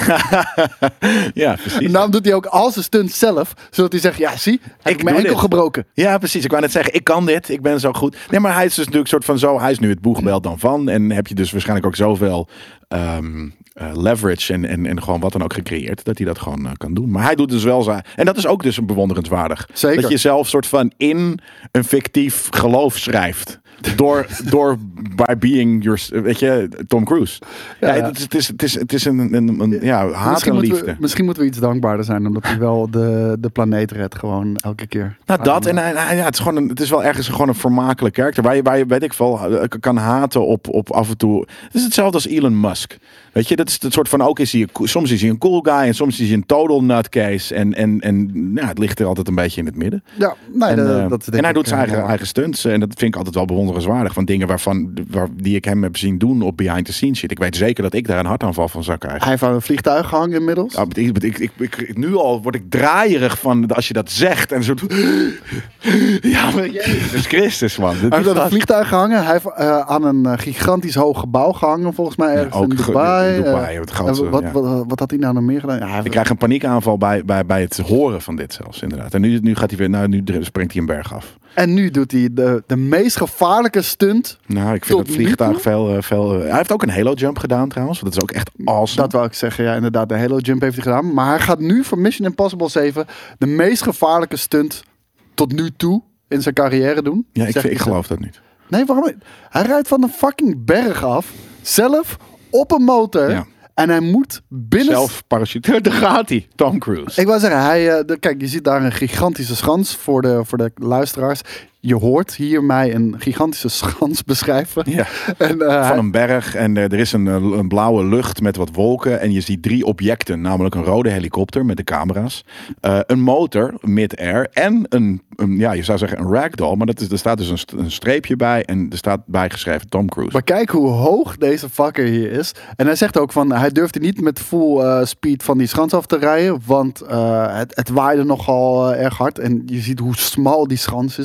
geen Ja, precies. En daarom doet hij ook al zijn stunts zelf, zodat hij zegt: ja, zie, heb ik, Ik mijn doe enkel dit. gebroken. Ja, precies. Ik wou net zeggen, ik kan dit. Ik ben zo goed. Nee, maar hij is dus natuurlijk soort van zo. Hij is nu het boegbeeld dan van. En heb je dus waarschijnlijk ook zoveel ehm, uh, leverage en, en, en gewoon wat dan ook gecreëerd. Dat hij dat gewoon uh, kan doen. Maar hij doet dus wel zo. En dat is ook dus een bewonderenswaardig. Zeker. Dat je zelf soort van in een fictief geloof schrijft. Door, door by being your, weet je, Tom Cruise. Ja, Ja. Het, is, het, is, het, is, het is een, een, een ja, haat Misschien en moeten, liefde. we, misschien moeten we iets dankbaarder zijn, omdat hij wel de, de planeet redt, gewoon elke keer. Nou, dat en hij, hij- ja, het, is gewoon een, het is wel ergens gewoon een vermakelijk karakter. Waar je, waar je weet ik wel, eh, kan haten op, op af en toe. Het is hetzelfde als Elon Musk. Weet je, dat is het soort van ook is hij, een- soms is hij een cool guy en soms is hij een total nutcase. En, en, en ja, het ligt er altijd een beetje in het midden. Ja, nee, en, de- eh, dat denk en hij ik, doet zijn eh, eigen, wel. eigen stunts. En dat vind ik altijd wel bewonderenswaardig. Van dingen waarvan, waar, die ik hem heb zien doen op behind the scenes shit. Ik weet zeker dat ik daar een hartaanval van zou krijgen. Hij heeft aan een vliegtuig gehangen inmiddels. Ja, maar ik, ik, ik, ik- nu al word ik draaierig van als je dat zegt. En zo. Ja, maar Jezus Christus, man. Dit Hij is heeft aan een dat- vliegtuig gehangen. Hij heeft uh, aan een uh, gigantisch hoog gebouw gehangen, volgens mij ergens Ja, ook in ge- Dubai. in Dubai, Uh, het grootste, en wat, ja. wat, wat had hij nou nog meer gedaan? Ja, hij heeft- Ik krijg een paniekaanval bij, bij, bij het horen van dit zelfs, inderdaad. En nu, nu gaat hij weer, nou, nu springt hij een berg af. En nu doet hij de, de meest gevaarlijke stunt. Nou, ik vind Tot het nu vliegtuig toe? veel, eh, veel... eh, hij heeft ook een halo jump gedaan trouwens. Dat is ook echt awesome. Dat wou ik zeggen. Ja, inderdaad, de Halo Jump heeft hij gedaan. Maar hij gaat nu voor Mission Impossible zeven de meest gevaarlijke stunt tot nu toe in zijn carrière doen. ja, ik, Zegt vind- ik hij geloof dat niet. Nee, waarom? Hij rijdt van een fucking berg af. Zelf op een motor. Ja. En hij moet binnen... Zelf parachute. Daar gaat hij. Tom Cruise. Ik wou zeggen, hij, uh, de, kijk, je ziet daar een gigantische schans voor de, voor de luisteraars. Je hoort hier mij een gigantische schans beschrijven. Ja. En, uh, Van hij- een berg en eh, er is een, eh, een blauwe lucht met wat wolken en je ziet drie objecten, namelijk een rode helikopter met de camera's, eh, een motor mid-air en een, een, ja, je zou zeggen een ragdoll, maar dat is, er staat dus een, st- een streepje bij en er staat bijgeschreven Tom Cruise. Maar kijk hoe hoog deze fucker hier is. En hij zegt ook van, hij durfde niet met full uh, speed van die schans af te rijden. Want uh, het, het waaide nogal uh, erg hard. En je ziet hoe smal die schans is eigenlijk.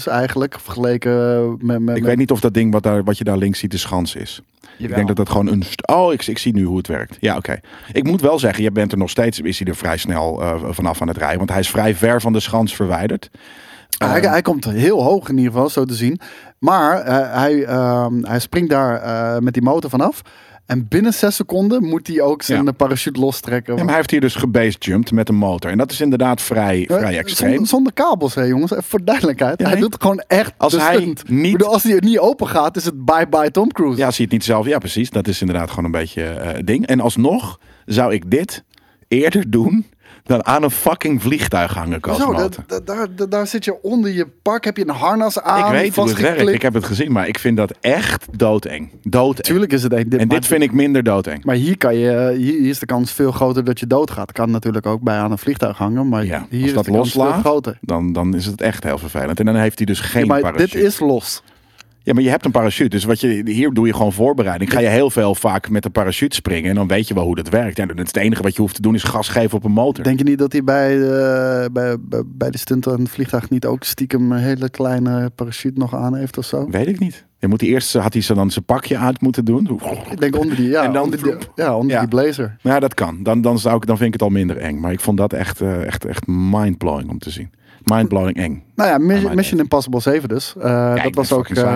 makkelijk vergeleken met... met Ik met... weet niet of dat ding wat, daar, wat je daar links ziet de schans is. Jawel. Ik denk dat dat gewoon een... st- Oh, ik, ik zie nu hoe het werkt. Ja, oké. Okay. Ik moet wel zeggen, je bent er nog steeds... Is hij er vrij snel uh, vanaf aan het rijden. Want hij is vrij ver van de schans verwijderd. Uh, hij, hij komt heel hoog in ieder geval, zo te zien. Maar uh, hij, uh, hij springt daar uh, met die motor vanaf. En binnen zes seconden moet hij ook zijn ja. parachute lostrekken. Ja, maar hij heeft hier dus gebasejumpt met een motor. En dat is inderdaad vrij, vrij extreem. Zonder, zonder kabels, hè jongens. Even voor duidelijkheid. Ja, hij nee. doet gewoon echt als de hij stunt. niet... Bedoel, als hij niet open gaat, is het bye-bye Tom Cruise. Ja, als hij het niet zelf... Ja, precies. Dat is inderdaad gewoon een beetje uh, ding. En alsnog zou ik dit eerder doen... dan aan een fucking vliegtuig hangen, Cosmote. Zo, daar, daar, daar zit je onder je pak, heb je een harnas aan. Ik weet hoe het werkt, ik heb het gezien, maar ik vind dat echt doodeng. Doodeng. Tuurlijk is het echt. En dit vind ik minder doodeng. Maar hier, kan je, hier is de kans veel groter dat je doodgaat. Kan natuurlijk ook bij aan een vliegtuig hangen, maar ja, hier als dat is de kans veel groter. Dan, dan is het echt heel vervelend. En dan heeft hij dus geen ja, maar parachute. Dit is los. Ja, maar je hebt een parachute. Dus wat je, hier doe je gewoon voorbereiding. Ga je heel veel vaak met een parachute springen. En dan weet je wel hoe dat werkt. Ja, het enige wat je hoeft te doen is gas geven op een motor. Denk je niet dat hij bij, uh, bij, bij, bij de stunt aan het vliegtuig niet ook stiekem een hele kleine parachute nog aan heeft of zo? Weet ik niet. Je moet die eerst, had hij ze dan zijn pakje uit moeten doen? Ik denk onder die, ja, en dan, onder die, ja, onder ja. die blazer. Ja, dat kan. Dan, dan, zou ik, dan vind ik het al minder eng. Maar ik vond dat echt, uh, echt, echt mindblowing om te zien. Mindblowing eng. Nou ja, Mission, Mission Impossible zeven dus. Uh, Kijk, dat was ook... Uh,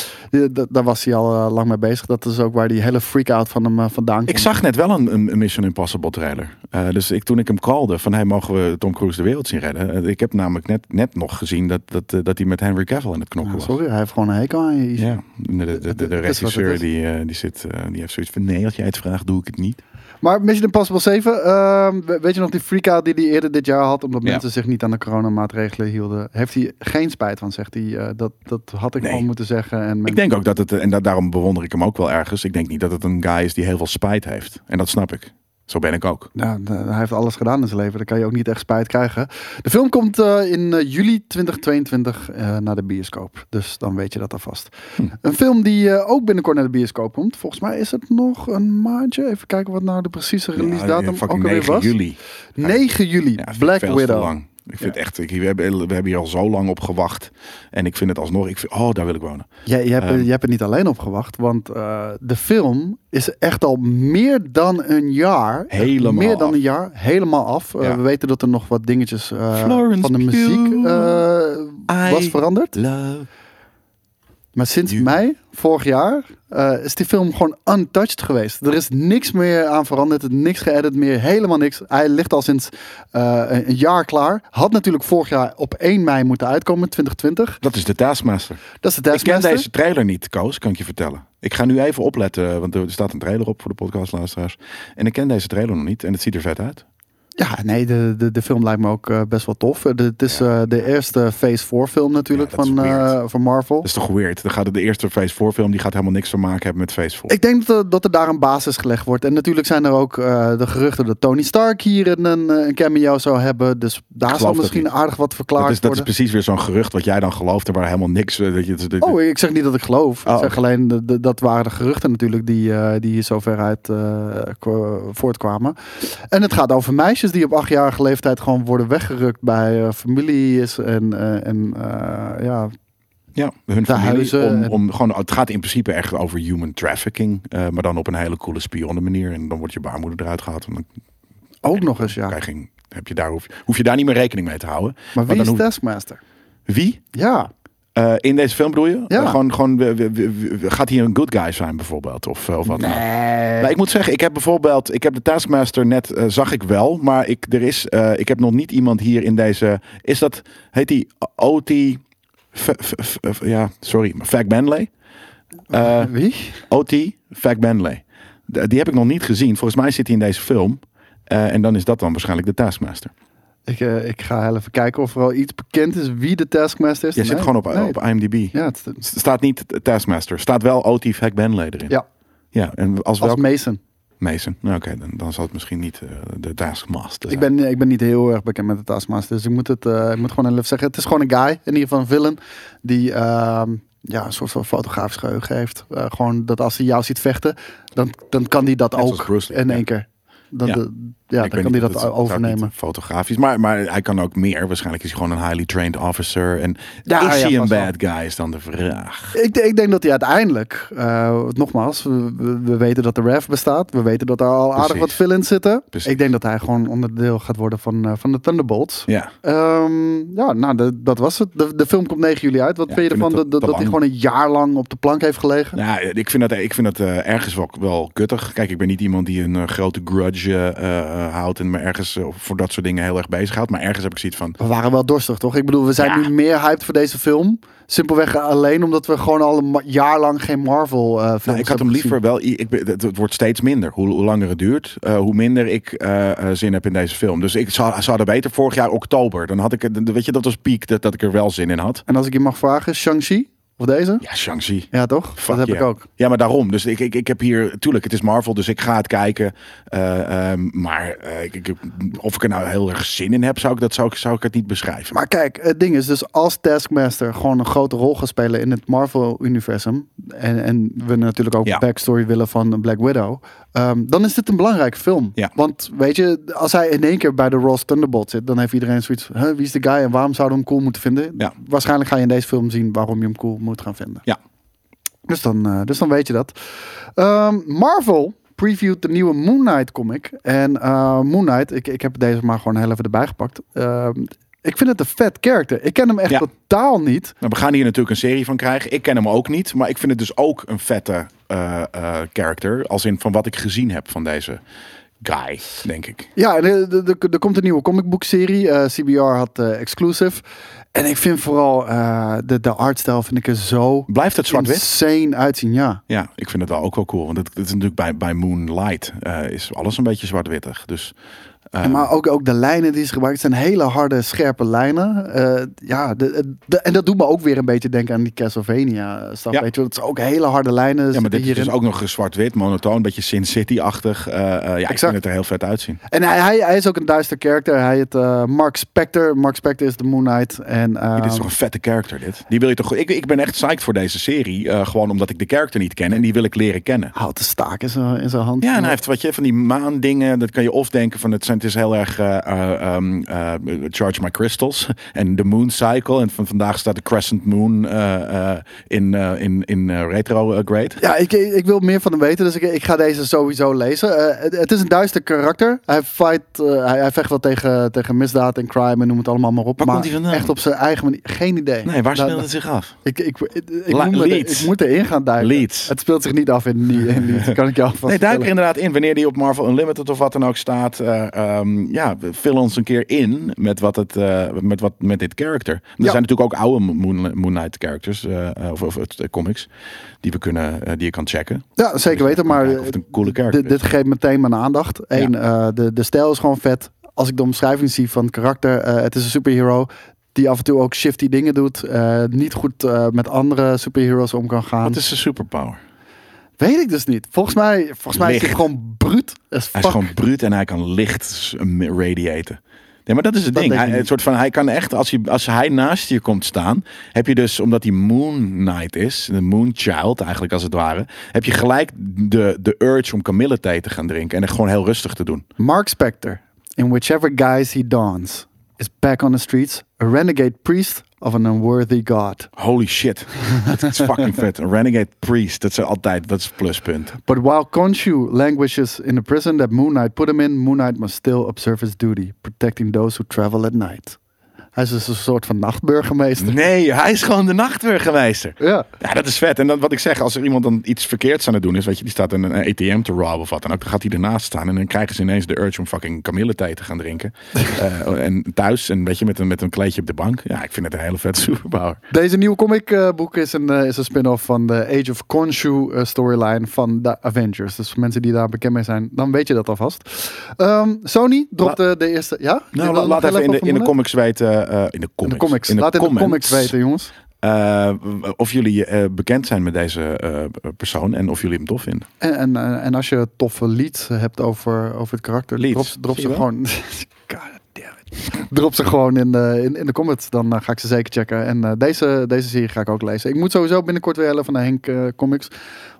daar was hij al uh, lang mee bezig. Dat is ook waar die hele freak-out van hem uh, vandaan komt. Ik zag net wel een, een Mission Impossible trailer. Uh, dus ik, toen ik hem callde van hey, mogen we Tom Cruise de wereld zien redden? Uh, ik heb namelijk net, net nog gezien dat, dat, uh, dat hij met Henry Cavill in het knokken was. Ja, sorry, hij heeft gewoon een hekel aan je. Ja, de, de, de, de, de regisseur die, uh, die, zit, uh, die heeft zoiets van nee, als jij het vraagt, doe ik het niet. Maar Mission Impossible zeven, uh, weet je nog die freak-out die hij eerder dit jaar had, omdat ja. mensen zich niet aan de coronamaatregelen hielden, heeft hij geen spijt van, zegt hij. Uh, dat, dat had ik nee. gewoon moeten zeggen. En ik denk ook dat het, en dat, daarom bewonder ik hem ook wel ergens, ik denk niet dat het een guy is die heel veel spijt heeft. En dat snap ik. Zo ben ik ook. Ja, hij heeft alles gedaan in zijn leven. Daar kan je ook niet echt spijt krijgen. De film komt uh, in uh, juli twintig tweeëntwintig uh, naar de bioscoop. Dus dan weet je dat alvast. Hm. Een film die uh, ook binnenkort naar de bioscoop komt. Volgens mij is het nog een maandje. Even kijken wat nou de precieze release datum ja, ook alweer was. juli. negen juli. Ja, Black Widow. Lang. Ik vind ja. echt, ik, we, hebben, we hebben hier al zo lang op gewacht. En ik vind het alsnog, ik vind, oh, daar wil ik wonen. Ja, je, hebt, uh, je hebt er niet alleen op gewacht. Want uh, de film is echt al meer dan een jaar. Helemaal Meer dan af. een jaar. Helemaal af. Uh, ja. We weten dat er nog wat dingetjes uh, van de Pugh, muziek uh, was veranderd. Love. Maar sinds mei vorig jaar uh, is die film gewoon untouched geweest. Er is niks meer aan veranderd, niks geëdit meer, helemaal niks. Hij ligt al sinds uh, een jaar klaar. Had natuurlijk vorig jaar op één mei moeten uitkomen, twintig twintig. Dat is de Taskmaster. Dat is de Taskmaster. Ik ken deze trailer niet, Koos, kan ik je vertellen. Ik ga nu even opletten, want er staat een trailer op voor de podcastluisteraars. En ik ken deze trailer nog niet en het ziet er vet uit. Ja, nee, de, de, de film lijkt me ook uh, best wel tof. De, het is ja. uh, de eerste Phase vier film natuurlijk ja, van, uh, van Marvel. Dat is toch weird? Dan gaat het de eerste Phase vier film, die gaat helemaal niks te maken hebben met Phase vier. Ik denk dat er, dat er daar een basis gelegd wordt. En natuurlijk zijn er ook uh, de geruchten dat Tony Stark hier een, een cameo zou hebben. Dus daar zal misschien aardig wat verklaard dat is, dat worden. is precies weer zo'n gerucht wat jij dan gelooft en waar helemaal niks... Uh, dat je, dat, dat, oh, ik zeg niet dat ik geloof. Oh, ik zeg okay. alleen, de, de, dat waren de geruchten natuurlijk die, uh, die hier zo ver uit uh, voortkwamen. En het gaat over meisjes die op achtjarige leeftijd gewoon worden weggerukt bij uh, families en, uh, en uh, ja... Ja, hun familie, huizen. Om, En... om, gewoon, het gaat in principe echt over human trafficking. Uh, maar dan op een hele coole spionnen manier. En dan wordt je baarmoeder eruit gehaald. En dan, ook nog eens, ja. Geen, heb je daar, hoef, hoef je daar niet meer rekening mee te houden. Maar wie maar is hoef... Taskmaster? Wie? Ja. Uh, in deze film bedoel je? Ja. Uh, gewoon, gewoon, we, we, we, gaat hij een good guy zijn bijvoorbeeld? Of, of wat nee. Nou? Maar ik moet zeggen, ik heb bijvoorbeeld, ik heb de Taskmaster net, uh, zag ik wel. Maar ik, er is, uh, ik heb nog niet iemand hier in deze, is dat, heet die O T... F, f, f, f, ja, sorry, Fag Benley. Uh, Wie? O T Fag Benley. D- die heb ik nog niet gezien. Volgens mij zit hij in deze film. Uh, en dan is dat dan waarschijnlijk de Taskmaster. Ik, uh, ik ga heel even kijken of er al iets bekend is wie de Taskmaster is. Je nee, zit gewoon op, nee. op I M D B. Ja, het staat niet Taskmaster. Staat wel O T Fag Benley erin. Ja. Ja, en als, als welke? Mason. Mason. Nou, Oké, okay, dan, dan zal het misschien niet uh, de Taskmaster zijn. Ik ben, ik ben niet heel erg bekend met de Taskmaster. Dus ik moet het uh, ik moet gewoon even zeggen. Het is gewoon een guy, in ieder geval een villain, die uh, ja, een soort van fotografisch geheugen heeft. Uh, gewoon dat als hij jou ziet vechten, dan, dan kan hij dat Net ook in één ja. keer. Dat, ja. de, ja, Ik dan weet kan hij niet, dat zou overnemen. niet fotografisch, maar, maar hij kan ook meer. Waarschijnlijk is hij gewoon een highly trained officer. En Ja, is ja, hij een vast bad guy, is dan de vraag. Ik, ik denk dat hij uiteindelijk, uh, nogmaals, we, we, we weten dat de R A F bestaat. We weten dat er al aardig Precies. wat villains zitten. Precies. Ik denk dat hij gewoon onderdeel gaat worden van, uh, van de Thunderbolts. Ja. Um, ja, nou, de, dat was het. De, de film komt negen juli uit. Wat Ja, vind je ik vind ervan het dat, te- dat, te dat hij lang. gewoon een jaar lang op de plank heeft gelegen? Ja, ik vind dat, ik vind dat uh, ergens wel, wel kuttig. Kijk, ik ben niet iemand die een uh, grote grudge uh, uh, houdt en me ergens uh, voor dat soort dingen heel erg bezighoudt. Maar ergens heb ik zoiets van, We waren wel dorstig, toch? Ik bedoel, we zijn Ja. nu meer hyped voor deze film. Simpelweg alleen omdat we gewoon al een ma- jaar lang geen Marvel uh, films nou, ik had hem hebben liever wel. Ik, ben- het, het wordt steeds minder. Hoe, hoe langer het duurt, uh, hoe minder ik uh, uh, zin heb in deze film. Dus ik zou, zou er beter vorig jaar oktober. Dan had ik het. Weet je, dat was piek dat, dat ik er wel zin in had. En als ik je mag vragen, Shang-Chi of deze? Ja, Shang-Chi. Ja, toch? Fuck dat heb yeah. ik ook. Ja, maar daarom. Dus ik, ik, ik heb hier... Tuurlijk, het is Marvel, dus ik ga het kijken. Uh, um, maar uh, ik, ik, of ik er nou heel erg zin in heb, zou ik, dat, zou, ik, zou ik het niet beschrijven. Maar kijk, het ding is dus als Taskmaster gewoon een grote rol gaat spelen in het Marvel-universum. En, en we natuurlijk ook Ja. de backstory willen van Black Widow. Um, dan is dit een belangrijke film. Ja. Want weet je, als hij in één keer bij de Ross Thunderbolt zit, dan heeft iedereen zoiets van, huh, wie is de guy en waarom zouden we hem cool moeten vinden? Ja. Waarschijnlijk ga je in deze film zien waarom je hem cool moet gaan vinden. Ja. Dus dan, uh, dus dan weet je dat. Um, Marvel previewt de nieuwe Moon Knight comic. En uh, Moon Knight, ik, ik heb deze maar gewoon heel even erbij gepakt. Um, ik vind het een vet character. Ik ken hem echt Ja. totaal niet. Nou, we gaan hier natuurlijk een serie van krijgen. Ik ken hem ook niet, maar ik vind het dus ook een vette uh, uh, character. Als in van wat ik gezien heb van deze guy, denk ik. Ja, en er, er, er- er komt een nieuwe comicboekserie. Uh, C B R had uh, exclusive. En ik vind vooral uh, de, de artstijl vind ik er zo Blijft het zwart-wit? insane uitzien. Ja. Ja, ik vind het wel ook wel cool. Want het, het is natuurlijk bij, bij Moonlight uh, is alles een beetje zwart-wittig. Dus, uh, Ja, maar ook, ook de lijnen die ze gebruiken zijn hele harde, scherpe lijnen. Uh, ja, de, de, en dat doet me ook weer een beetje denken aan die Castlevania-staf. Ja. Weet je, wel. Het is ook hele harde lijnen. ja, maar zitten dit is hierin. dus ook nog zwart-wit, monotoon, een beetje Sin City-achtig. Uh, uh, ja, ik vind het er heel vet uitzien. En hij, hij, hij is ook een duister character. Hij heet uh, Mark Spector. Mark Spector is de Moon Knight. En, uh, Dit is toch een vette character, dit. Die wil je toch... Ik, ik ben echt psyched voor deze serie. Uh, gewoon omdat ik de character niet ken. En die wil ik leren kennen. houten staak in zijn, in zijn hand. Ja, en hij heeft wat je van die maandingen. Dat kan je of denken van het, zijn, het is heel erg uh, uh, um, uh, Charge My Crystals. En de Moon Cycle. En van vandaag staat de Crescent Moon uh, uh, in, uh, in, in uh, retrograde. Ja, ik, ik wil meer van hem weten, dus ik, ik ga deze sowieso lezen. Uh, het, het is een duister karakter. Hij, fight, uh, hij, hij vecht wel tegen, tegen misdaad en crime en noem het allemaal maar op. Waar maar komt hij vandaan? echt op zijn eigen manier. Geen idee. Nee, waar Da- speelt het zich af? Ik, ik, ik, ik, La- moet me- Leeds. ik moet erin gaan duiken. Leeds. Het speelt zich niet af in, in, in Leeds, kan ik jou alvast Nee, duik er vertellen. inderdaad in. Wanneer die op Marvel Unlimited of wat dan ook staat. Uh, um, ja, vul ons een keer in met wat het uh, met wat met dit character. Er Ja. zijn natuurlijk ook oude Moon, Moon Knight characters uh, of, of, of comics die we kunnen uh, die je kan checken. Ja, zeker weten, maar Kijken of het een coole character dit, dit geeft meteen mijn aandacht. Eén, uh, de, de stijl is gewoon vet. Als ik de omschrijving zie van het karakter, uh, het is een superhero die af en toe ook shifty dingen doet. Uh, niet goed uh, met andere superheroes om kan gaan. Wat is zijn superpower? Weet ik dus niet. Volgens mij, volgens mij is hij Licht. gewoon bruut as fuck. Hij is gewoon bruut en hij kan licht radiaten. Nee, maar dat is het Dat ding. denk ik Hij, het niet. soort van, hij kan echt, als, je, als hij naast je komt staan, heb je dus, omdat hij Moon Knight is, de Moon Child eigenlijk als het ware, heb je gelijk de, de urge om kamillethee te gaan drinken en het gewoon heel rustig te doen. Mark Spector, in whichever guise he dons, is back on the streets, a renegade priest of an unworthy god. Holy shit. Dat is fucking vet. Een renegade priest, dat is altijd, dat is een pluspunt. But while Khonshu languishes in the prison that Moon Knight put him in, Moon Knight must still observe his duty, protecting those who travel at night. Hij is dus een soort van nachtburgemeester. Nee, hij is gewoon de nachtburgemeester. Ja. Ja, dat is vet. En dan, wat ik zeg, als er iemand dan iets verkeerds aan het doen is, weet je, die staat een, een A T M te robben of wat dan ook, dan gaat hij ernaast staan en dan krijgen ze ineens de urge om fucking kamillethee te gaan drinken. uh, en thuis, en weet je, met een, met een kleedje op de bank. Ja, ik vind het een hele vet superpower. Deze nieuwe comicboek is een, uh, is een spin-off van de Age of Khonshu uh, storyline van de Avengers. Dus voor mensen die daar bekend mee zijn, dan weet je dat alvast. Um, Sony dropte de eerste... Ja? Je Nou, wil la- nog laat heel even in de, over in de Moon comics weten. Uh, in de In comics. de comics. In de Laat in de comments, comics weten, jongens. uh, of jullie uh, bekend zijn met deze uh, persoon en of jullie hem tof vinden. En, en, uh, en als je toffe leads hebt over, over het karakter, Leads, drop, drop zie ze je wel? gewoon... God damn it. Drop ze gewoon in de, in, in de comments. Dan uh, ga ik ze zeker checken. En uh, deze, deze serie ga ik ook lezen. Ik moet sowieso binnenkort weer heel even naar Henk uh, Comics.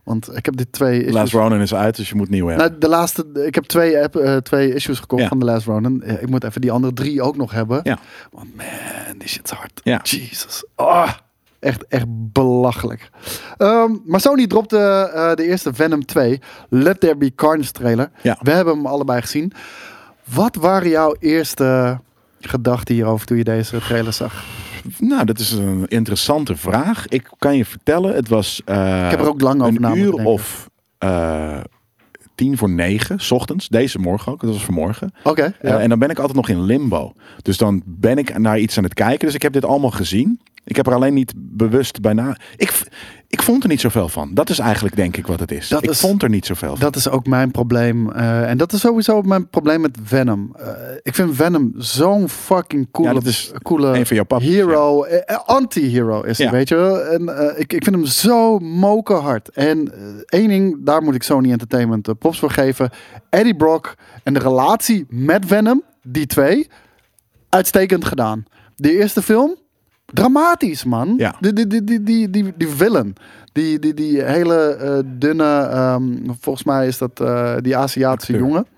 Want ik heb die twee issues... Last Ronin is uit, dus je moet nieuw hebben. Nou, de laatste... Ik heb twee, app, uh, twee issues gekocht Ja. van The Last Ronin. Uh, ik moet even die andere drie ook nog hebben. Ja. Want man, die shit is hard. Ja. Jesus. Oh, echt, echt belachelijk. Um, maar Sony dropte uh, de eerste Venom twee. Let There Be Carnage trailer. Ja. We hebben hem allebei gezien. Wat waren jouw eerste gedachten hierover toen je deze trailer zag? Nou, dat is een interessante vraag. Ik kan je vertellen, het was uh, Ik heb er ook lang over na een moeten uur denken. of uh, tien voor negen, 's ochtends. Deze morgen ook, dat was vanmorgen. Oké. Okay, ja. Uh, en dan ben ik altijd nog in limbo. Dus dan ben ik naar iets aan het kijken. Dus ik heb dit allemaal gezien. Ik heb er alleen niet bewust bij na... Ik, ik vond er niet zoveel van. Dat is eigenlijk denk ik wat het is. Dat ik is, vond er niet zoveel van. Dat is ook mijn probleem. Uh, en dat is sowieso mijn probleem met Venom. Uh, ik vind Venom zo'n fucking coole, Ja, dat is coole een van jouw papjes, hero. Ja. Uh, anti-hero is hij, Ja. weet je wel. En uh, ik, ik vind hem zo mokerhard. En uh, één ding, daar moet ik Sony Entertainment uh, props voor geven. Eddie Brock en de relatie met Venom, die twee, uitstekend gedaan. De eerste film... Dramatisch, man. Ja. Die, die, die, die, die, die, die villain. Die, die, die hele uh, dunne... Um, volgens mij is dat uh, die Aziatische Acteur. jongen.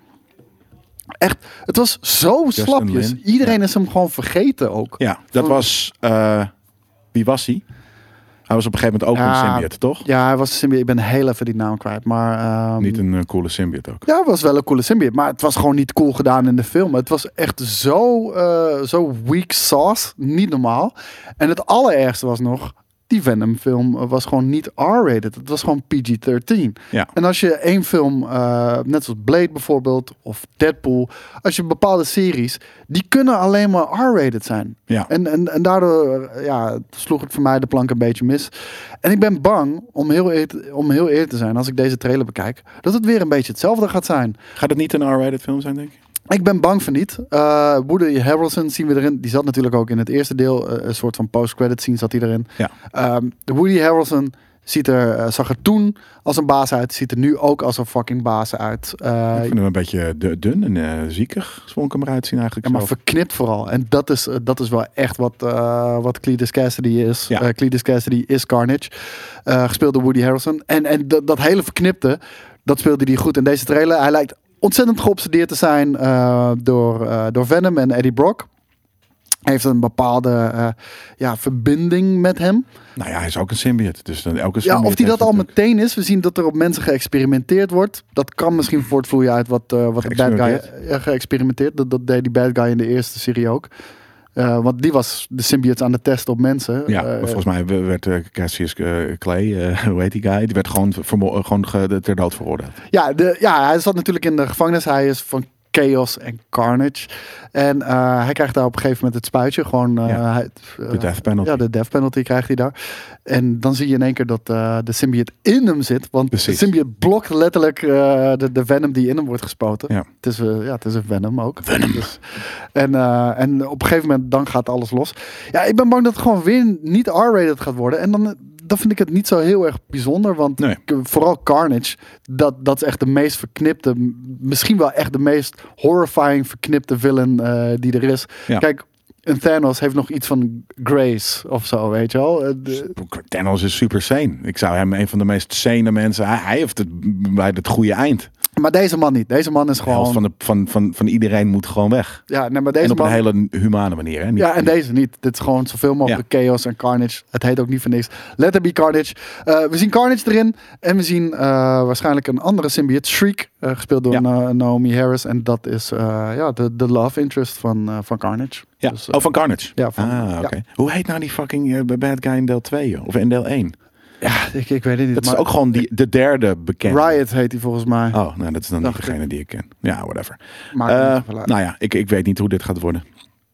Echt, het was zo Justin slapjes. Lin. Iedereen Ja. is hem gewoon vergeten ook. Ja, dat was... Uh, wie was hij? Hij was op een gegeven moment ook Ja. een symbiote, toch? Ja, hij was een symbiote. Ik ben heel even die naam kwijt. Maar, um, Niet een uh, coole symbiote ook. ja, het was wel een coole symbiote. Maar het was gewoon niet cool gedaan in de film. Het was echt zo, uh, zo weak sauce. Niet normaal. En het allerergste was nog... Die Venom film was gewoon niet R-rated. Het was gewoon P G dertien. Ja. En als je één film, uh, net zoals Blade bijvoorbeeld, of Deadpool, als je bepaalde series, die kunnen alleen maar R-rated zijn. Ja. En, en, en daardoor ja, sloeg het voor mij de plank een beetje mis. En ik ben bang, om heel, eer, om heel eerlijk te zijn, als ik deze trailer bekijk, dat het weer een beetje hetzelfde gaat zijn. Gaat het niet een R-rated film zijn, denk ik? Ik ben bang voor niet. Uh, Woody Harrelson zien we erin. Die zat natuurlijk ook in het eerste deel. Uh, een soort van post-credit scene zat hij erin. Ja. Um, de Woody Harrelson ziet er, uh, zag er toen als een baas uit. Ziet er nu ook als een fucking baas uit. Uh, Ik vind hem een beetje de- dun en uh, ziekig. Zo vond ik hem eruit zien eigenlijk. ja, maar zelf. verknipt vooral. En dat is, uh, dat is wel echt wat, uh, wat Cletus Cassidy is. Ja. Uh, Cletus Cassidy is Carnage. Uh, gespeeld door Woody Harrelson. En, en dat, dat hele verknipte, dat speelde hij goed in deze trailer. Hij lijkt ontzettend geobsedeerd te zijn uh, door, uh, door Venom en Eddie Brock. Hij heeft een bepaalde uh, ja, verbinding met hem. Nou ja, hij is ook een symbiote. Dus dan elke Ja, symbiote of die dat heeft al natuurlijk- meteen is. We zien dat er op mensen geëxperimenteerd wordt. Dat kan misschien voortvloeien uit wat, uh, wat de bad guy... Geëxperimenteerd? Ja, geëxperimenteerd. Dat, dat deed die bad guy in de eerste serie ook. Uh, want die was de symbiote aan de test op mensen. Ja, Uh, maar volgens mij werd uh, Cassius uh, Clay, uh, hoe heet die guy? Die werd gewoon, vermo- uh, gewoon ge- ter dood veroordeeld. Ja, de, ja, hij zat natuurlijk in de gevangenis. Hij is van Chaos en Carnage. En uh, hij krijgt daar op een gegeven moment het spuitje. Gewoon, uh, Ja, hij, uh, de death penalty. Ja, de death penalty krijgt hij daar. En dan zie je in één keer dat uh, de symbiote in hem zit. Want Precies. de symbiote blokt letterlijk uh, de, de venom die in hem wordt gespoten. Ja. Het is, uh, ja, het is een venom ook. Venom. Dus, en, uh, en op een gegeven moment dan gaat alles los. Ja, ik ben bang dat het gewoon weer niet R-rated gaat worden. En dan... Dan vind ik het niet zo heel erg bijzonder. Want Nee. vooral Carnage, dat, dat is echt de meest verknipte, m- misschien wel echt de meest horrifying verknipte villain uh, die er is. Ja. Kijk, een Thanos heeft nog iets van grace of zo, weet je wel. Uh, de- Thanos is super sane. Ik zou hem een van de meest sane mensen... Hij, hij heeft het bij het goede eind. maar deze man niet. Deze man is De helft gewoon... van, de, van, van, van iedereen moet gewoon weg. Ja, nee, maar deze En op man... een hele humane manier. Hè? Niet, Ja, en deze niet. Dit is gewoon zoveel mogelijk chaos en Carnage. Het heet ook niet voor niks. Let there be Carnage. Uh, we zien Carnage erin. En we zien uh, waarschijnlijk een andere symbiote. Shriek. Uh, gespeeld door Ja. Na- Naomi Harris. En dat is uh, ja, de, de love interest van, uh, van Carnage. Ja. Dus, uh, oh, van Carnage? ja, van- ah, oké. ja. Hoe heet nou die fucking uh, bad guy in deel twee? Joh? Of in deel één? ja, ik, ik weet het niet. Dat is maar ook gewoon die, de derde bekende. Riot heet hij volgens mij. Oh, nou, dat is dan niet Dacht ik. degene die ik ken. Ja, whatever. Maakt Uh, niet zoveel uit. nou ja, ik, ik weet niet hoe dit gaat worden.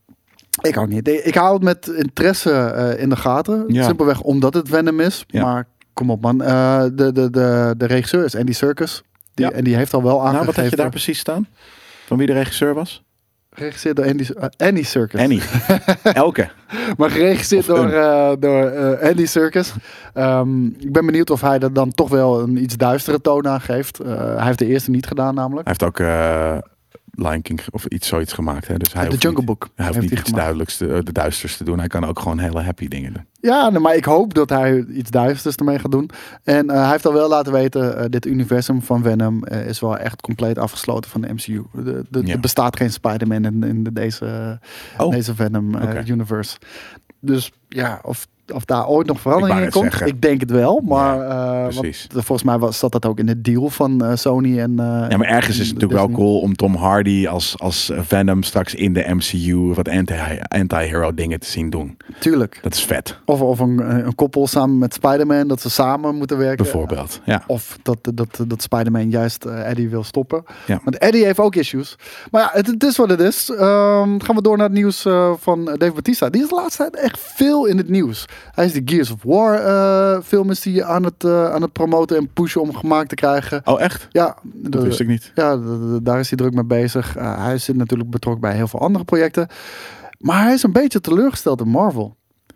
Ik ook niet. Ik hou het met interesse uh, in de gaten. Ja. Simpelweg omdat het Venom is. Ja. Maar kom op man. Uh, de, de, de, de regisseur is Andy Serkis. Die, Ja. En die heeft al wel aangegeven... Nou, wat had je daar precies staan? Van wie de regisseur was? Geregisseerd door Andy, uh, Andy Serkis. Annie. Elke. Maar geregisseerd Of door, een. uh, door uh, Andy Serkis. Um, ik ben benieuwd of hij er dan toch wel een iets duistere toon aan geeft. Uh, hij heeft de eerste niet gedaan namelijk. Hij heeft ook uh, Lion King of iets zoiets gemaakt. Hè? Dus hij De hoeft Jungle niet, Book Hij hoeft heeft niet hij iets gemaakt. duidelijks, te, de duisters te doen. Hij kan ook gewoon hele happy dingen doen. Ja, nee, maar ik hoop dat hij iets duisters ermee gaat doen. En uh, hij heeft al wel laten weten, uh, dit universum van Venom uh, is wel echt compleet afgesloten van de M C U. De, de, Ja. Er bestaat geen Spider-Man in, in de, deze, Oh. deze Venom uh, Oké. universe. Dus ja, of, of daar ooit nog verandering in Ik wou komt, net zeggen. ik denk het wel. Maar uh, precies. want, volgens mij was, zat dat ook in de deal van uh, Sony en uh, Ja, maar ergens is het natuurlijk wel Disney. cool om Tom Hardy als, als Venom straks in de M C U wat anti- anti-hero dingen te zien doen. Tuurlijk. Dat is vet, Of, of een, een koppel samen met Spider-Man, dat ze samen moeten werken. bijvoorbeeld. Ja. Of dat, dat, dat Spider-Man juist uh, Eddie wil stoppen. Ja. Want Eddie heeft ook issues. Maar ja, het, het is wat het is. Um, gaan we door naar het nieuws uh, van Dave Bautista. Die is de laatste tijd echt veel in het nieuws. Hij is die Gears of War uh, film is die aan, het, uh, aan het promoten en pushen om gemaakt te krijgen. Oh, echt? Ja, Dat de- wist ik niet. ja de- de- daar is hij druk mee bezig. Uh, hij zit natuurlijk betrokken bij heel veel andere projecten. Maar hij is een beetje teleurgesteld in Marvel.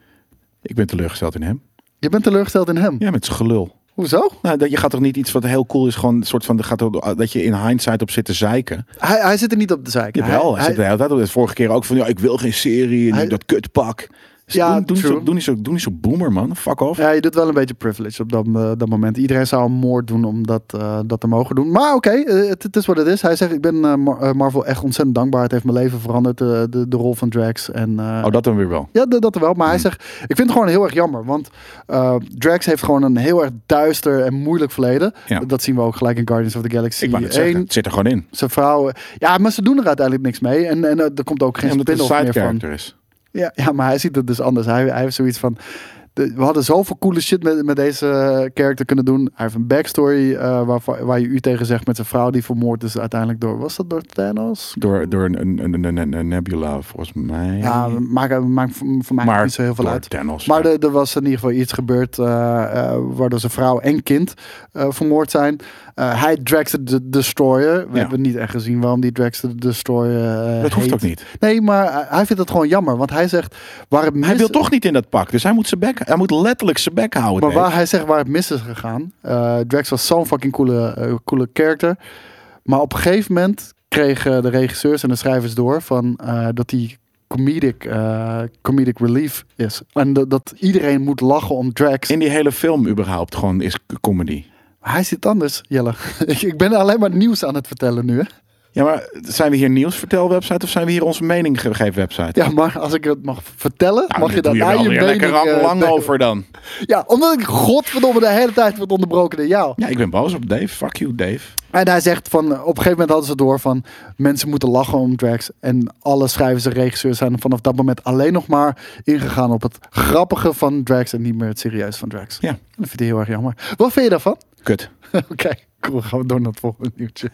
Ik ben teleurgesteld in hem. Je bent teleurgesteld in hem. Ja, met zijn gelul. Hoezo? Nou, dat je gaat toch niet iets wat heel cool is, gewoon een soort van, er gaat er- dat je in hindsight op zit te zeiken. Hij, hij zit er niet op de zeik. Jawel, hij, zit de hele tijd op. De vorige keer ook van, ja, ik wil geen serie, en Hij- dat kutpak. Dus Ja, doe, doe, niet true. zo, doe, niet zo, doe niet zo boomer, man. Fuck off. Ja, je doet wel een beetje privilege op dat, uh, dat moment. Iedereen zou een moord doen om dat, uh, dat te mogen doen. Maar oké, okay, uh, het, het is wat het is. Hij zegt, ik ben uh, Mar- uh, Marvel echt ontzettend dankbaar. Het heeft mijn leven veranderd, uh, de, de rol van Drax. En, uh, Oh, dat dan weer wel. ja, dat, dat wel. Maar hij Hmm. zegt, ik vind het gewoon heel erg jammer. Want uh, Drax heeft gewoon een heel erg duister en moeilijk verleden. Ja. Dat zien we ook gelijk in Guardians of the Galaxy Ik wou net zeggen, één. het zit er gewoon in. Zijn vrouw... Ja, maar ze doen er uiteindelijk niks mee. En, en uh, er komt ook geen Ja, omdat het een spin-off side meer van. character is. Ja, ja, maar hij ziet het dus anders. Hij, hij heeft zoiets van... De, we hadden zoveel coole shit met, met deze character kunnen doen. Hij heeft een backstory uh, waar, waar je u tegen zegt met zijn vrouw die vermoord is uiteindelijk door... Was dat door Thanos? Door, door een, een, een, een, een nebula, volgens mij. Ja, maakt, maakt voor mij maar niet zo heel veel door uit. Thanos, Maar ja. er, er was in ieder geval iets gebeurd uh, uh, waardoor zijn vrouw en kind uh, vermoord zijn. Uh, hij Drax the Destroyer. We Ja. hebben niet echt gezien waarom die Drax the Destroyer uh, Dat hoeft heet. ook niet. Nee, maar uh, hij vindt het gewoon jammer. Want hij zegt... Waar het mis... Hij wil toch niet in dat pak, dus hij moet zijn bek, hij moet letterlijk zijn bek houden. Maar Dave. waar hij zegt waar het mis is gegaan. Uh, Drax was zo'n fucking coole, uh, coole character. Maar op een gegeven moment kregen de regisseurs en de schrijvers door van uh, dat hij comedic, uh, comedic relief is. En dat, dat iedereen moet lachen om Drax. In die hele film überhaupt gewoon is comedy. Maar hij zit anders, Jelle. ik, ik ben alleen maar nieuws aan het vertellen nu. Hè? Ja, maar zijn we hier nieuwsvertelwebsite of zijn we hier onze mening gegeven website? Ja, maar als ik het mag vertellen, Nou, mag je daar doe daarna wel je weer mening... lekker uh, lang delen. over dan. Ja, omdat ik godverdomme de hele tijd word onderbroken door jou. Ja, ik ben boos op Dave. Fuck you, Dave. En hij zegt van, op een gegeven moment hadden ze door van, mensen moeten lachen om Drax. En alle schrijvers en regisseurs zijn vanaf dat moment alleen nog maar ingegaan op het grappige van Drax en niet meer het serieus van Drax. Ja. Dat vind ik heel erg jammer. Wat vind je daarvan? Kut. Oké, okay, cool. Gaan we door naar het volgende nieuwtje.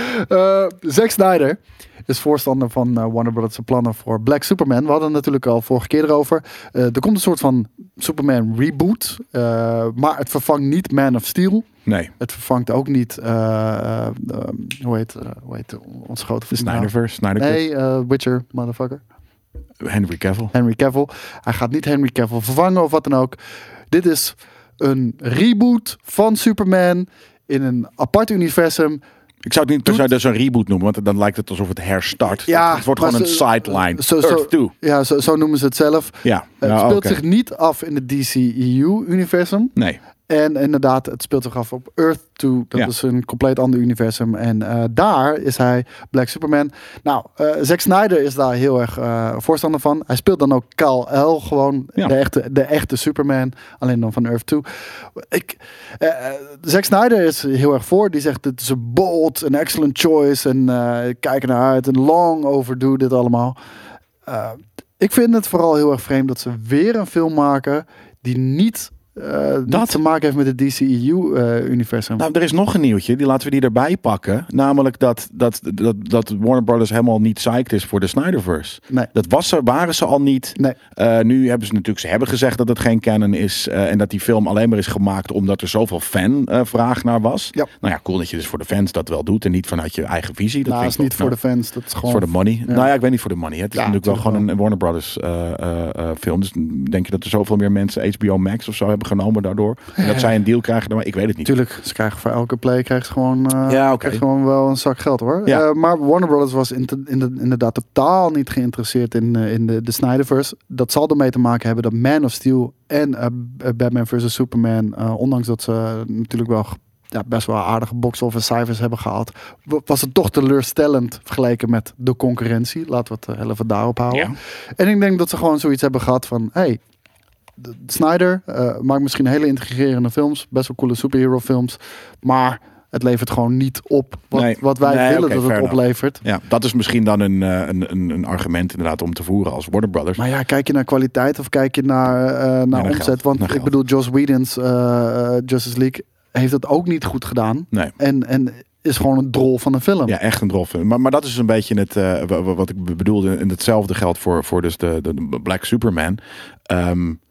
Uh, Zack Snyder is voorstander van uh, Warner Brothers plannen voor Black Superman. We hadden het natuurlijk al vorige keer erover. Uh, er komt een soort van Superman reboot. Uh, maar het vervangt niet Man of Steel. Nee. Het vervangt ook niet, uh, uh, um, hoe heet, uh, hoe heet ons grote De vriend nou? Snyderverse. Snyder Cut. Nee, uh, Witcher, motherfucker. Henry Cavill. Henry Cavill. Hij gaat niet Henry Cavill vervangen of wat dan ook. Dit is een reboot van Superman in een apart universum. Ik zou het niet per se dus een reboot noemen, want dan lijkt het alsof het herstart. Ja, het, het wordt maar gewoon een zo- sideline. zo- zo- Earth two. Ja, zo, zo noemen ze het zelf. Ja. Het Ja, speelt oké. zich niet af in de D C E U-universum. Nee. En inderdaad, het speelt zich af op Earth two. Dat Ja. is een compleet ander universum. En uh, daar is hij Black Superman. Nou, uh, Zack Snyder is daar heel erg uh, voorstander van. Hij speelt dan ook Kal-El, gewoon Ja. de, echte, de echte Superman. Alleen dan van Earth two. Ik, uh, Zack Snyder is heel erg voor. Die zegt, het is een bold, een excellent choice. En uh, kijk er naar uit. En long overdue dit allemaal. Uh, ik vind het vooral heel erg vreemd dat ze weer een film maken die niet... Uh, Dat? niet te maken heeft met het D C E U-universum. Nou, er is nog een nieuwtje. Die laten we die erbij pakken. Namelijk dat, dat, dat, dat Warner Brothers helemaal niet psyched is voor de Snyderverse. nee, Dat was ze, waren ze al niet. nee. Uh, nu hebben ze natuurlijk, ze hebben gezegd dat het geen canon is. Uh, en dat die film alleen maar is gemaakt omdat er zoveel fan-vraag uh, naar was. Ja. Nou ja, cool dat je dus voor de fans dat wel doet. En niet vanuit je eigen visie. Dat Nou, vind dat is ik niet wel- voor nou, de fans. Dat is het is gewoon voor de money. Ja. Nou ja, ik weet niet voor de money. Hè. Het is Ja, natuurlijk wel natuurlijk gewoon een Warner Brothers uh, uh, uh, film. Dus denk je dat er zoveel meer mensen H B O Max of zo hebben hebben genomen daardoor. En dat zij een deal krijgen, maar ik weet het niet. Tuurlijk, ze krijgen voor elke play krijgen ze gewoon, uh, Ja, oké. krijgen gewoon wel een zak geld hoor. Ja. Uh, maar Warner Brothers was in te- in de, inderdaad totaal niet geïnteresseerd in, uh, in de, de Snyderverse. Dat zal ermee te maken hebben dat Man of Steel en uh, Batman versus Superman, uh, ondanks dat ze natuurlijk wel ja, best wel aardige box-office cijfers hebben gehaald, was het toch teleurstellend vergeleken met de concurrentie. Laten we het uh, even daarop houden. Ja. En ik denk dat ze gewoon zoiets hebben gehad van, hey, de- Snyder uh, maakt misschien hele intrigerende films, best wel coole superhero films, maar het levert gewoon niet op wat, Nee. wat wij Nee, willen oké, dat het fair enough. oplevert. Ja, dat is misschien dan een, uh, een, een, een argument inderdaad om te voeren als Warner Brothers. Maar ja, kijk je naar kwaliteit of kijk je naar, uh, naar naar omzet? geld. Want Naar ik geld. bedoel, Joss Whedon's uh, uh, Justice League heeft het ook niet goed gedaan. Nee. En, en is gewoon een drol van een film. Ja, echt een drolfilm. Maar, maar dat is een beetje het, uh, wa- wa- wat ik bedoelde. En hetzelfde geldt voor, voor dus de, de, de Black Superman. Um,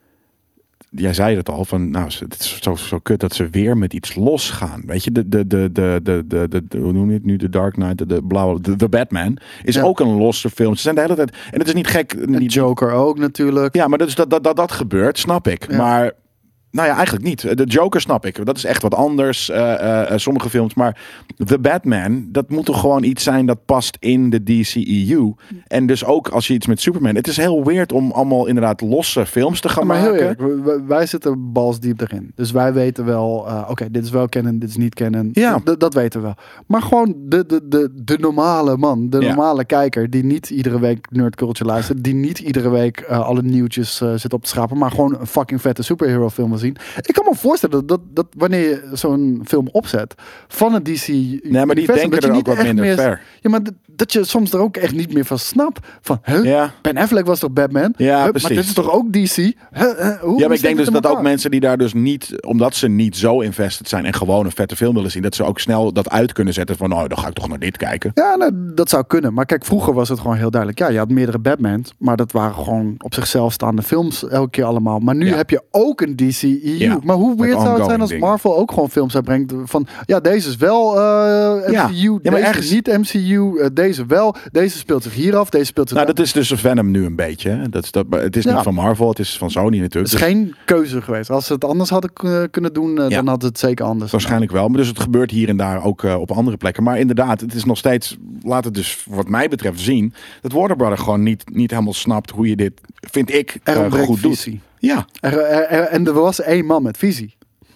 jij zei het al, van nou, het is zo, zo kut dat ze weer met iets losgaan. Weet je, de, de, de, de, de, de, de, de hoe noem je het nu? De Dark Knight, de, de, bla, de, de Batman is Ja. ook een losse film. Ze zijn de hele tijd, en het is niet gek. En Niet, Joker ook natuurlijk. ja, maar dat, is, dat, dat, dat, dat gebeurt, snap ik. Ja. Maar nou ja, eigenlijk niet. De Joker snap ik. Dat is echt wat anders. Uh, uh, sommige films. Maar The Batman, dat moet toch gewoon iets zijn dat past in de D C E U. En dus ook als je iets met Superman. Het is heel weird om allemaal inderdaad losse films te gaan maar heel maken. eerlijk, wij- wij zitten balsdiep erin. Dus wij weten wel, uh, oké, dit is wel kennen, dit is niet kennen. Ja. D- dat weten we wel. Maar gewoon de, de, de, de normale man, de Ja. normale kijker, die niet iedere week Nerd Culture luistert, die niet iedere week uh, alle nieuwtjes uh, zit op te schrapen, maar gewoon een fucking vette superhero film wil zien. Ik kan me voorstellen dat, dat, dat wanneer je zo'n film opzet van een D C Nee, maar die universum, denken dat je er ook niet wat echt minder meer- ver. Ja, maar dat, dat je soms er ook echt niet meer van snapt. Van, huh? Ja. Ben Affleck was toch Batman? Ja, Huh? precies. Maar dit is toch ook D C? Huh? Huh? Hoe Ja, maar ik zit denk het dus in dat ook elkaar? mensen die daar dus niet, omdat ze niet zo invested zijn en gewoon een vette film willen zien, dat ze ook snel dat uit kunnen zetten van, nou, dan ga ik toch naar dit kijken. Ja, nou, dat zou kunnen. Maar kijk, vroeger was het gewoon heel duidelijk. Ja, je had meerdere Batmans, maar dat waren gewoon op zichzelf staande films elke keer allemaal. Maar nu Ja. heb je ook een D C E U. Ja, Maar hoe met weird zou het zijn ongoing als dingen. Marvel ook gewoon films uitbrengt van, ja, deze is wel uh, M C U, Ja. Ja, maar deze ergens- is niet M C U, uh, deze wel, deze speelt zich hier af, deze speelt zich Nou, daar. dat is dus Venom nu een beetje. Hè? Dat is dat, maar het is Ja. niet van Marvel, het is van Sony natuurlijk. Het is Dus geen keuze geweest. Als ze het anders hadden k- kunnen doen, uh, Ja. dan hadden ze het zeker anders. waarschijnlijk wel. Maar dus het gebeurt hier en daar ook uh, op andere plekken. Maar inderdaad, het is nog steeds, laat het dus wat mij betreft zien, dat Warner Brothers gewoon niet, niet helemaal snapt hoe je dit, vind ik, Er uh, ontbreekt goed doet. visie. Ja, Er, er, er- en er was één man met visie.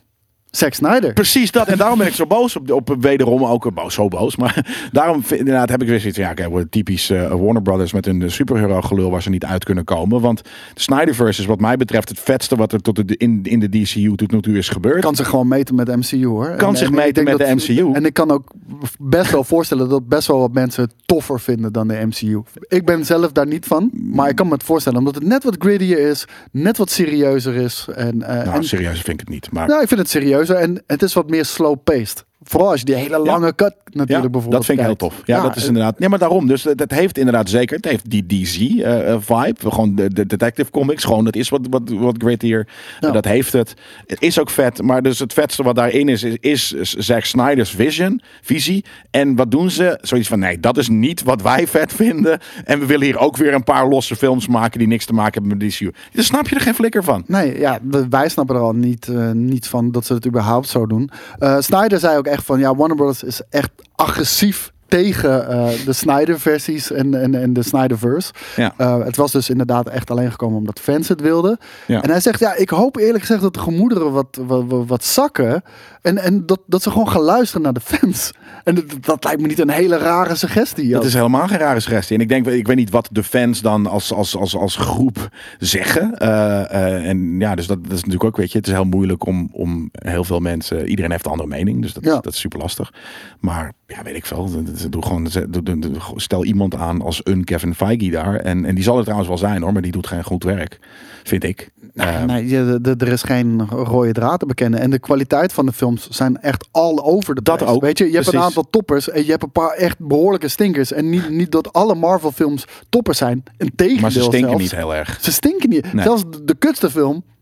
Zack Snyder. precies dat. En daarom ben ik zo boos op, op wederom ook uh, boos, zo boos. Maar daarom vind- inderdaad heb ik weer zoiets van, ja, oké, wordt typisch uh, Warner Brothers met een superhero gelul waar ze niet uit kunnen komen. Want de Snyderverse is wat mij betreft het vetste wat er tot de, in, in de D C U tot nu toe is gebeurd. Kan zich gewoon meten met de M C U hoor. Kan zich ik meten denk met de dat- M C U. En ik kan ook best wel voorstellen dat best wel wat mensen het toffer vinden dan de M C U. Ik ben zelf daar niet van. Maar ik kan me het voorstellen omdat het net wat grittier is. Net wat serieuzer is. En, uh, Nou, en, serieus vind ik het niet. Maar nou, ik vind het serieuzer. En het is wat meer slow-paced. Vooral als je die hele lange cut natuurlijk ja, bijvoorbeeld dat vind ik heel kijkt. tof. Ja, dat is inderdaad. Ja, maar daarom. Dus het, het heeft inderdaad zeker. Het heeft die D C-vibe. gewoon de, de Detective Comics. Gewoon, het is wat, wat, wat grittier. Ja. Dat heeft het. Het is ook vet. Maar dus het vetste wat daarin is, is, is Zack Snyder's vision, visie. En wat doen ze? Zoiets van, nee, dat is niet wat wij vet vinden. En we willen hier ook weer een paar losse films maken die niks te maken hebben met D C U. Dus snap je er geen flikker van. Nee, ja, we- wij snappen er al niet, uh, niet van dat ze het überhaupt zo doen. Uh, Snyder zei ook echt van, ja, Warner Brothers is echt agressief tegen uh, de Snyder-versies en, en, en de Snyderverse. Ja. Uh, het was dus inderdaad echt alleen gekomen omdat fans het wilden. Ja. En hij zegt, ja, ik hoop eerlijk gezegd dat de gemoederen wat, wat, wat, wat zakken. En, en dat, dat ze gewoon gaan luisteren naar de fans. En dat, dat lijkt me niet een hele rare suggestie. Het is helemaal geen rare suggestie. En ik denk, ik weet niet wat de fans dan als, als, als, als groep zeggen. Uh, uh, en ja, dus dat, dat is natuurlijk ook, weet je, het is heel moeilijk om, om heel veel mensen. Iedereen heeft een andere mening, dus dat, Ja. is, dat is super lastig. Maar ja, weet ik veel. Doe gewoon, doe, doe, doe, stel iemand aan als een Kevin Feige daar. En, en die zal er trouwens wel zijn hoor, maar die doet geen goed werk, vind ik. Nee, Uh, nee, je- de- er is geen rode draad te bekennen. En de kwaliteit van de films zijn echt all over de Dat place. ook, Weet je, je hebt een precies. aantal toppers en je hebt een paar echt behoorlijke stinkers. En niet, niet dat alle Marvel films toppers zijn. Integendeel maar ze stinken zelfs. niet heel erg. Ze stinken niet. Nee. Zelfs de, de kutste film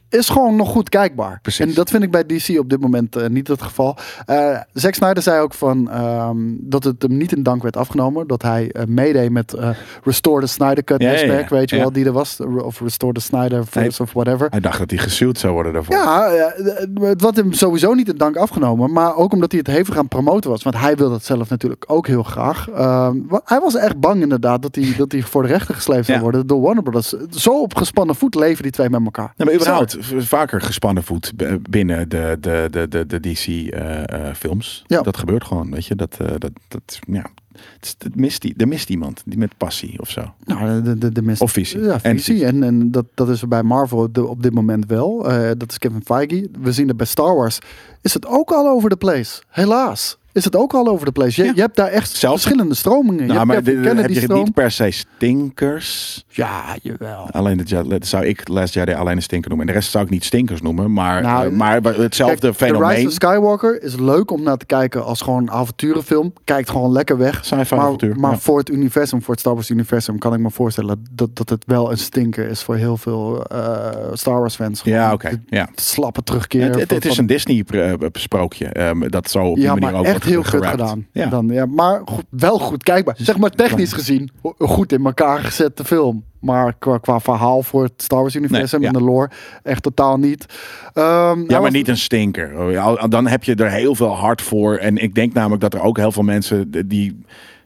is gewoon nog goed kijkbaar. Precies. En dat vind ik bij D C op dit moment uh, niet het geval. Uh, Zack Snyder zei ook van um, dat het hem niet in dank werd afgenomen. Dat hij uh, meedeed met uh, Restore the Snyder Cut ja, netwerk, ja, ja. weet je ja. wel, die er was. Of Restore the Snyder Verse of whatever. Hij dacht dat hij gesuwd zou worden daarvoor. Ja, uh, het werd hem sowieso niet in dank afgenomen. Maar ook omdat hij het hevig aan promoten was. Want hij wilde het zelf natuurlijk ook heel graag. Uh, hij was echt bang inderdaad dat hij, dat hij voor de rechter gesleept zou ja. worden door Warner Brothers. Zo op gespannen voet leven die twee met elkaar. Ja, maar überhaupt vaker gespannen voet binnen de, de, de, de, de D C uh, uh, films. Ja. Dat gebeurt gewoon, weet je. Dat, uh, dat, dat, ja, het, het mist, er mist iemand die met passie of zo. Nou, de, de, de mist, of visie. Ja, visie. En, en dat, dat is bij Marvel de, op dit moment wel. Uh, dat is Kevin Feige. We zien het bij Star Wars. Is het ook al over the place? Helaas. Is het ook al over the place? Je, ja. je hebt daar echt Zelf. verschillende stromingen. Nou, je maar hebt de, de, heb je stroom. niet per se stinkers? Ja, jawel. Alleen de, zou ik Last Jedi alleen een stinker noemen. En de rest zou ik niet stinkers noemen. Maar, nou, uh, maar hetzelfde kijk, fenomeen. The Rise of Skywalker is leuk om naar te kijken als gewoon een avonturenfilm. Kijkt gewoon lekker weg. Sci-fi maar avontuur. maar ja. voor het universum, voor het Star Wars universum, kan ik me voorstellen dat, dat het wel een stinker is voor heel veel uh, Star Wars fans. Gewoon ja, oké. Okay. Ja. Het slappe terugkeer. Het, het, het is een Disney sprookje. Um, dat zo op die ja, manier maar ook echt heel goed gedaan. Ja. Dan, ja, maar goed, wel goed kijkbaar. Zeg maar technisch gezien goed in elkaar gezette film. Maar qua, qua verhaal voor het Star Wars universum nee, ja. en de lore echt totaal niet. Um, ja, maar was... niet een stinker. Dan heb je er heel veel hard voor. En ik denk namelijk dat er ook heel veel mensen die...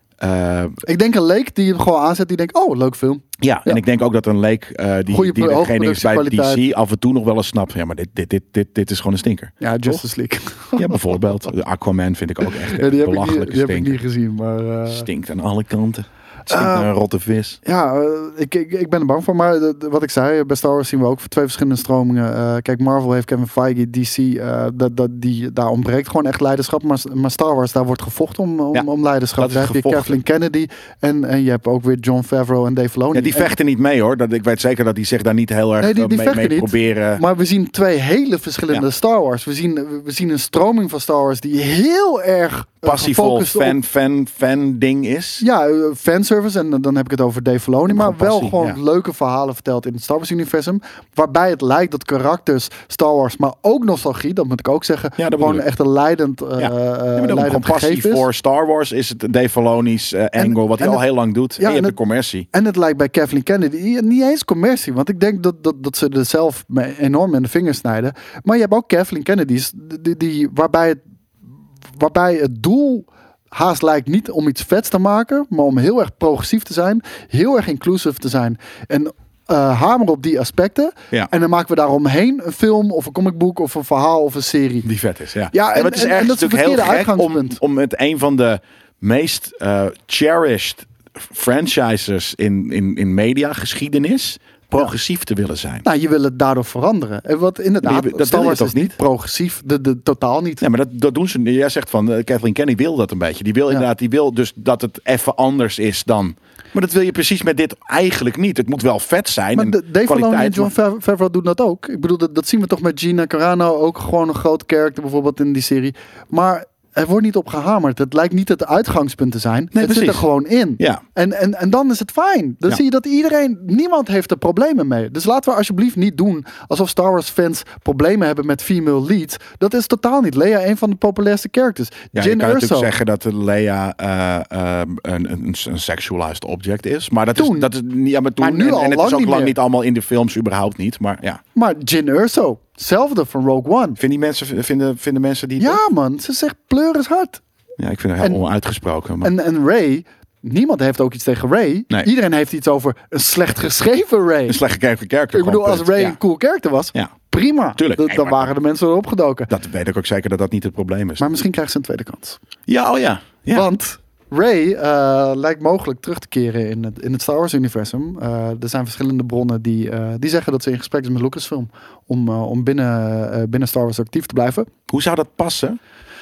Uh, ik denk een leek die hem gewoon aanzet, die denkt, oh, leuk film. Ja, ja. En ik denk ook dat een leek uh, die, Goeie, die degene is bij D C af en toe nog wel eens snapt. Ja, maar dit, dit, dit, dit, dit is gewoon een stinker. Ja, Justice League. Ja, bijvoorbeeld. De Aquaman vind ik ook echt een ja, belachelijke die stinker. Die heb ik niet gezien, maar... Uh... Stinkt aan alle kanten. Stinkt uh, naar een rotte vis. Ja, uh, ik, ik, ik ben er bang voor. Maar de, de, wat ik zei, bij Star Wars zien we ook twee verschillende stromingen. Uh, kijk, Marvel heeft Kevin Feige, D C, uh, dat, dat, die, daar ontbreekt gewoon echt leiderschap. Maar, maar Star Wars, daar wordt gevochten om, om, ja, om leiderschap. Daar heb je Kathleen Kennedy en, en je hebt ook weer John Favreau en Dave Filoni. Ja, die vechten en, niet mee hoor. Dat, ik weet zeker dat die zich daar niet heel erg nee, die, die mee, mee niet, proberen. Maar we zien twee hele verschillende ja. Star Wars. We zien, we zien een stroming van Star Wars die heel erg... passievol fan, op... fan, fan ding is. Ja, fanservice. En dan heb ik het over Dave Filoni. Maar passie, wel gewoon ja. leuke verhalen verteld in het Star Wars universum. Waarbij het lijkt dat karakters Star Wars, maar ook nostalgie, dat moet ik ook zeggen, ja, gewoon echt een leidend, uh, ja. Ja, maar leidend passie is. Voor Star Wars is het Dave Filoni's uh, angle, en, wat hij al heel lang doet. Ja, en je hebt de commercie. En het lijkt bij Kathleen Kennedy niet eens commercie. Want ik denk dat, dat, dat ze er zelf enorm in de vingers snijden. Maar je hebt ook Kathleen Kennedy's, die, die, waarbij, het, waarbij het doel... haast lijkt niet om iets vets te maken, maar om heel erg progressief te zijn, heel erg inclusive te zijn en uh, hameren op die aspecten. Ja. En dan maken we daaromheen een film of een comicboek of een verhaal of een serie. Die vet is, ja. Ja, en, en het is en, echt en dat is natuurlijk heel gek om, om met een van de meest uh, cherished franchises in, in, in mediageschiedenis progressief ja. te willen zijn. Nou, je wil het daardoor veranderen. En wat inderdaad, nee, dat Star Wars toch is niet progressief, de, de, totaal niet. Ja, maar dat, dat doen ze. Jij zegt van, uh, Kathleen Kennedy wil dat een beetje. Die wil ja. inderdaad, die wil dus dat het even anders is dan. Maar dat wil je precies met dit eigenlijk niet. Het moet wel vet zijn. Maar en de, Dave Filoni en John maar... Favreau doen dat ook. Ik bedoel, dat, dat zien we toch met Gina Carano, ook gewoon een grote karakter bijvoorbeeld in die serie. Maar er wordt niet op gehamerd. Het lijkt niet het uitgangspunt te zijn. Nee, het precies. zit er gewoon in. Ja. En, en, en dan is het fijn. Dan ja. zie je dat iedereen, niemand heeft er problemen mee. Dus laten we alsjeblieft niet doen alsof Star Wars fans problemen hebben met female leads. Dat is totaal niet. Leia, een van de populairste characters. Ja, Jyn je kan Erso. natuurlijk zeggen dat Leia uh, uh, een, een, een sexualized object is. Maar dat toen. is, dat is ja, maar toen. Maar nu en, al en het lang is ook niet lang meer. Niet allemaal in de films überhaupt niet. Maar ja. Maar Jyn Erso, hetzelfde van Rogue One. Vinden die mensen, vinden, vinden mensen die... Ja toch? Man, ze zegt pleur is hard. Ja, ik vind het heel en, onuitgesproken. Maar... En, en Rey, niemand heeft ook iets tegen Rey. Nee. Iedereen heeft iets over een slecht geschreven Rey. Een slecht geschreven character. Ik bedoel, als Rey ja. een cool character was, ja. prima. Tuurlijk. D- nee, dan maar, waren de mensen erop gedoken. Dat weet ik ook zeker dat dat niet het probleem is. Maar misschien krijgt ze een tweede kans. Ja, oh ja. ja. Want Rey uh, lijkt mogelijk terug te keren in het, in het Star Wars universum. Uh, er zijn verschillende bronnen die, uh, die zeggen dat ze in gesprek is met Lucasfilm. Om, uh, om binnen, uh, binnen Star Wars actief te blijven. Hoe zou dat passen?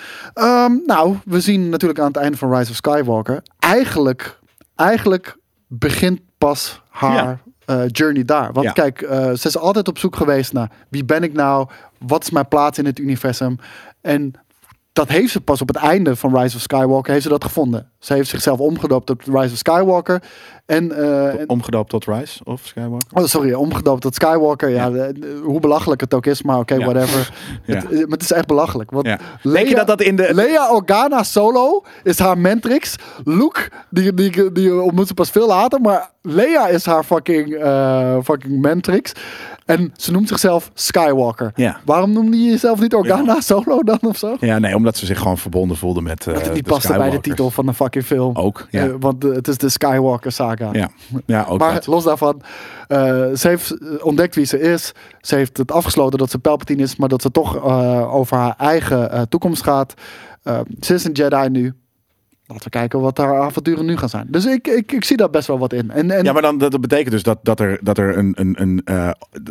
Um, nou, we zien natuurlijk aan het einde van Rise of Skywalker. Eigenlijk, eigenlijk begint pas haar ja. uh, journey daar. Want ja. kijk, uh, ze is altijd op zoek geweest naar wie ben ik nou? Wat is mijn plaats in het universum? En dat heeft ze pas op het einde van Rise of Skywalker heeft ze dat gevonden. Ze heeft zichzelf omgedoopt tot Rise of Skywalker. En, uh, en Omgedoopt tot Rise of Skywalker? Oh, sorry, omgedoopt tot Skywalker. Ja, ja de, de, hoe belachelijk het ook is, maar oké, okay, ja. whatever. ja. het, maar het is echt belachelijk. Want ja. Leia, Denk je dat dat in de... Leia Organa Solo is haar mentrix. Luke, die, die, die, die ontmoet ze pas veel later, maar Leia is haar fucking, uh, fucking mentrix. En ze noemt zichzelf Skywalker. Ja. Waarom noemde je jezelf niet Organa ja. Solo dan of zo? Ja, nee, omdat ze zich gewoon verbonden voelde met uh, dat het niet paste bij de titel van de fucking film. Ook, ja. Uh, want uh, het is de Skywalker saga. Ja, ja ook maar dat. los daarvan, uh, ze heeft ontdekt wie ze is. Ze heeft het afgesloten dat ze Palpatine is, maar dat ze toch uh, over haar eigen uh, toekomst gaat. Uh, ze is een Jedi nu. Laten we kijken wat haar avonturen nu gaan zijn. Dus ik, ik, ik zie daar best wel wat in. En, en... Ja, maar dan, dat betekent dus dat, dat er, dat er een... een, een uh,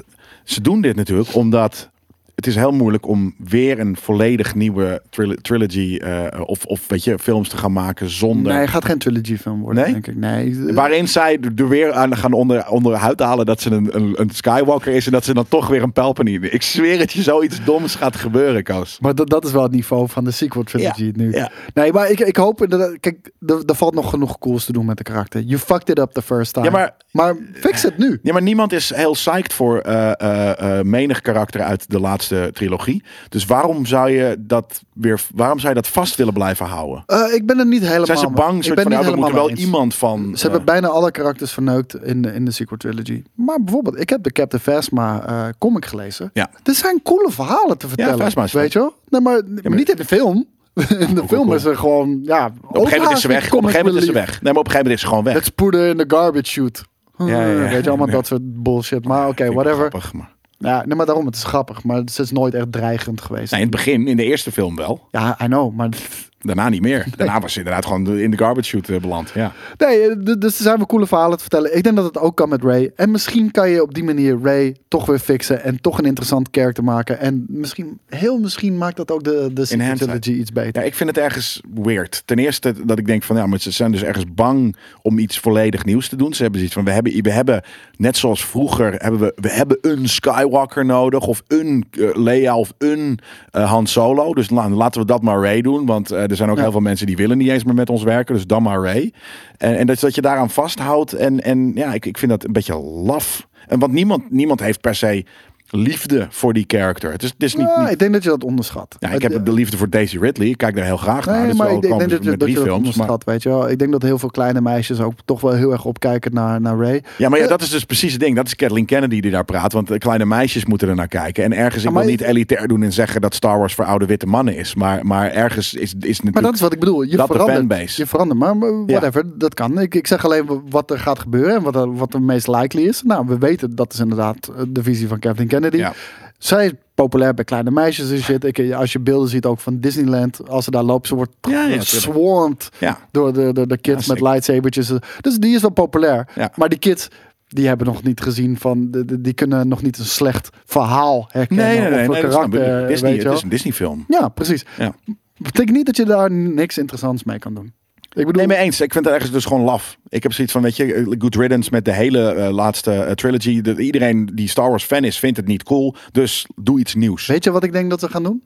ze doen dit natuurlijk omdat... Het is heel moeilijk om weer een volledig nieuwe tril- trilogy uh, of, of weet je, films te gaan maken zonder... Nee, het gaat geen trilogy film worden, nee? denk ik. Nee. Waarin zij er weer aan gaan onder, onderuit halen dat ze een, een, een Skywalker is en dat ze dan toch weer een Palpatine. Ik zweer het je, zoiets doms gaat gebeuren, Koos. Maar dat, dat is wel het niveau van de sequel trilogy ja, nu. Ja. Nee, maar ik, ik hoop... Dat, kijk, er, er valt nog genoeg cools te doen met de karakter. You fucked it up the first time. Ja, maar... Maar fix het nu. Ja, maar niemand is heel psyched voor uh, uh, uh, menig karakter uit de laatste trilogie. Dus waarom zou je dat weer, waarom zou je dat vast willen blijven houden? Uh, ik ben er niet helemaal. Zijn ze bang? Ik Soort ben van, niet ja, we moeten wel eens. iemand van. Ze uh, hebben bijna alle karakters verneukt in de, in de sequel trilogy. Maar bijvoorbeeld, ik heb de Captain Phasma uh, comic gelezen. Ja. Er zijn coole verhalen te vertellen. Ja, Phasma is weet je wel? Nee, maar, ja, maar niet in de film. In de film is er gewoon, ja. Op een gegeven moment is ze weg. Op een gegeven moment is ze weg. Nee, maar op een gegeven moment is ze gewoon weg. Het spoeden in de garbage shoot. Ja, ja, ja. Weet je, allemaal ja. dat soort bullshit. Maar oké, okay, whatever. Grappig, maar... Ja, nee, maar daarom, het is grappig. Maar het is nooit echt dreigend geweest. Nee, in het begin, in de eerste film wel. Ja, I know, maar... Daarna niet meer. Daarna was ze inderdaad gewoon in de garbage shoot uh, beland. Ja. Nee, dus er zijn wel coole verhalen te vertellen. Ik denk dat het ook kan met Rey. En misschien kan je op die manier Rey toch weer fixen. En toch een interessant character maken. En misschien, heel misschien maakt dat ook de, de sequel trilogy iets beter. Ja, ik vind het ergens weird. Ten eerste dat ik denk van, ja, maar ze zijn dus ergens bang om iets volledig nieuws te doen. Ze hebben zoiets van, we hebben, we hebben net zoals vroeger, hebben we, we hebben een Skywalker nodig. Of een uh, Leia of een uh, Han Solo. Dus la, laten we dat maar Rey doen. Want uh, er zijn ook ja. heel veel mensen die willen niet eens meer met ons werken. Dus dan maar Rey. En, en dat, dat je daaraan vasthoudt. En, en ja, ik, ik vind dat een beetje laf. En want niemand, niemand heeft per se liefde voor die character. Het is, het is niet, ja, niet... Ik denk dat je dat onderschat. Ja, ik heb de liefde voor Daisy Ridley. Ik kijk daar heel graag naar. Nee, dus maar wel ik denk, denk dat, je, dat je dat films, onderschat, maar... weet je wel. Ik denk dat heel veel kleine meisjes ook toch wel heel erg opkijken naar, naar Rey. Ja, maar ja, dat is dus precies het ding. Dat is Kathleen Kennedy die daar praat. Want de kleine meisjes moeten er naar kijken. En ergens, ik ja, wil niet elitair doen en zeggen dat Star Wars voor oude witte mannen is. Maar, maar ergens is, is natuurlijk... Maar dat is wat ik bedoel. Je dat de verandert. fanbase. Je verandert. Maar whatever, ja. dat kan. Ik, ik zeg alleen wat er gaat gebeuren en wat er, wat er meest likely is. Nou, we weten dat is inderdaad de visie van Kathleen Kennedy. Ja. Zij is populair bij kleine meisjes en shit. Ik, als je beelden ziet ook van Disneyland, als ze daar loopt, ze wordt ja, ja, swarmed ja. door de, de, de kids ja, met lightsabertjes. Dus die is wel populair. Ja. Maar die kids, die hebben nog niet gezien van, de, de, die kunnen nog niet een slecht verhaal herkennen. Nee, nee, nee. Of een nee, karakter, Disney, weet je het is een Disney film. Ja, precies. Ja. Betekent niet dat je daar niks interessants mee kan doen. Ik bedoel... Nee, mee eens. Ik vind het ergens dus gewoon laf. Ik heb zoiets van, weet je, good riddance met de hele uh, laatste uh, trilogy. De, iedereen die Star Wars fan is, vindt het niet cool. Dus doe iets nieuws. Weet je wat ik denk dat ze gaan doen?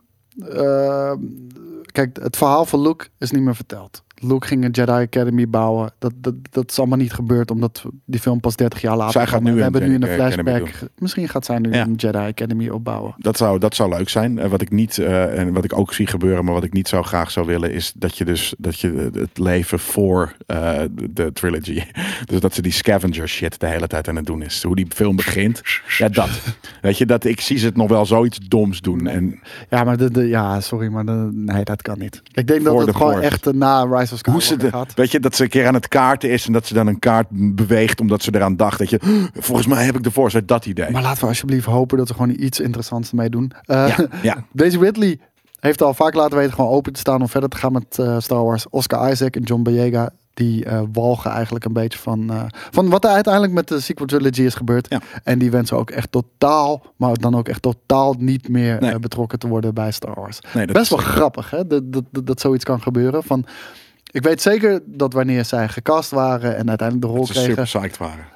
Uh, kijk, het verhaal van Luke is niet meer verteld. Luke ging een Jedi Academy bouwen. Dat, dat, dat is allemaal niet gebeurd, omdat die film pas dertig jaar later zij gaat nu we een hebben Jedi nu in een flashback. Academy Misschien gaat zij nu ja. een Jedi Academy opbouwen. Dat zou, dat zou leuk zijn. Uh, wat ik niet, uh, en wat ik ook zie gebeuren, maar wat ik niet zo graag zou willen, is dat je dus dat je het leven voor uh, de, de trilogy. Dus dat ze die scavenger shit de hele tijd aan het doen is. Hoe die film begint. Ja, dat. Weet je, dat ik zie ze het nog wel zoiets doms doen. En ja, maar de, de, ja, sorry, maar de, nee, dat kan niet. Ik denk dat het gewoon force. echt na Rise of Skywalker gaat. Weet je, dat ze een keer aan het kaarten is en dat ze dan een kaart beweegt omdat ze eraan dacht. Dat je, volgens mij heb ik de Force uit dat idee. Maar laten we alsjeblieft hopen dat ze gewoon iets interessants mee doen. Uh, ja, ja. Daisy Ridley heeft al vaak laten weten gewoon open te staan om verder te gaan met uh, Star Wars. Oscar Isaac en John Boyega, die uh, walgen eigenlijk een beetje van, uh, van wat er uiteindelijk met de sequel trilogy is gebeurd. Ja. En die wensen ook echt totaal, maar dan ook echt totaal niet meer nee. uh, betrokken te worden bij Star Wars. Nee, Best wel grappig, hè, dat, dat, dat, dat zoiets kan gebeuren. Van, ik weet zeker dat wanneer zij gecast waren en uiteindelijk de rol dat kregen, super psyched waren.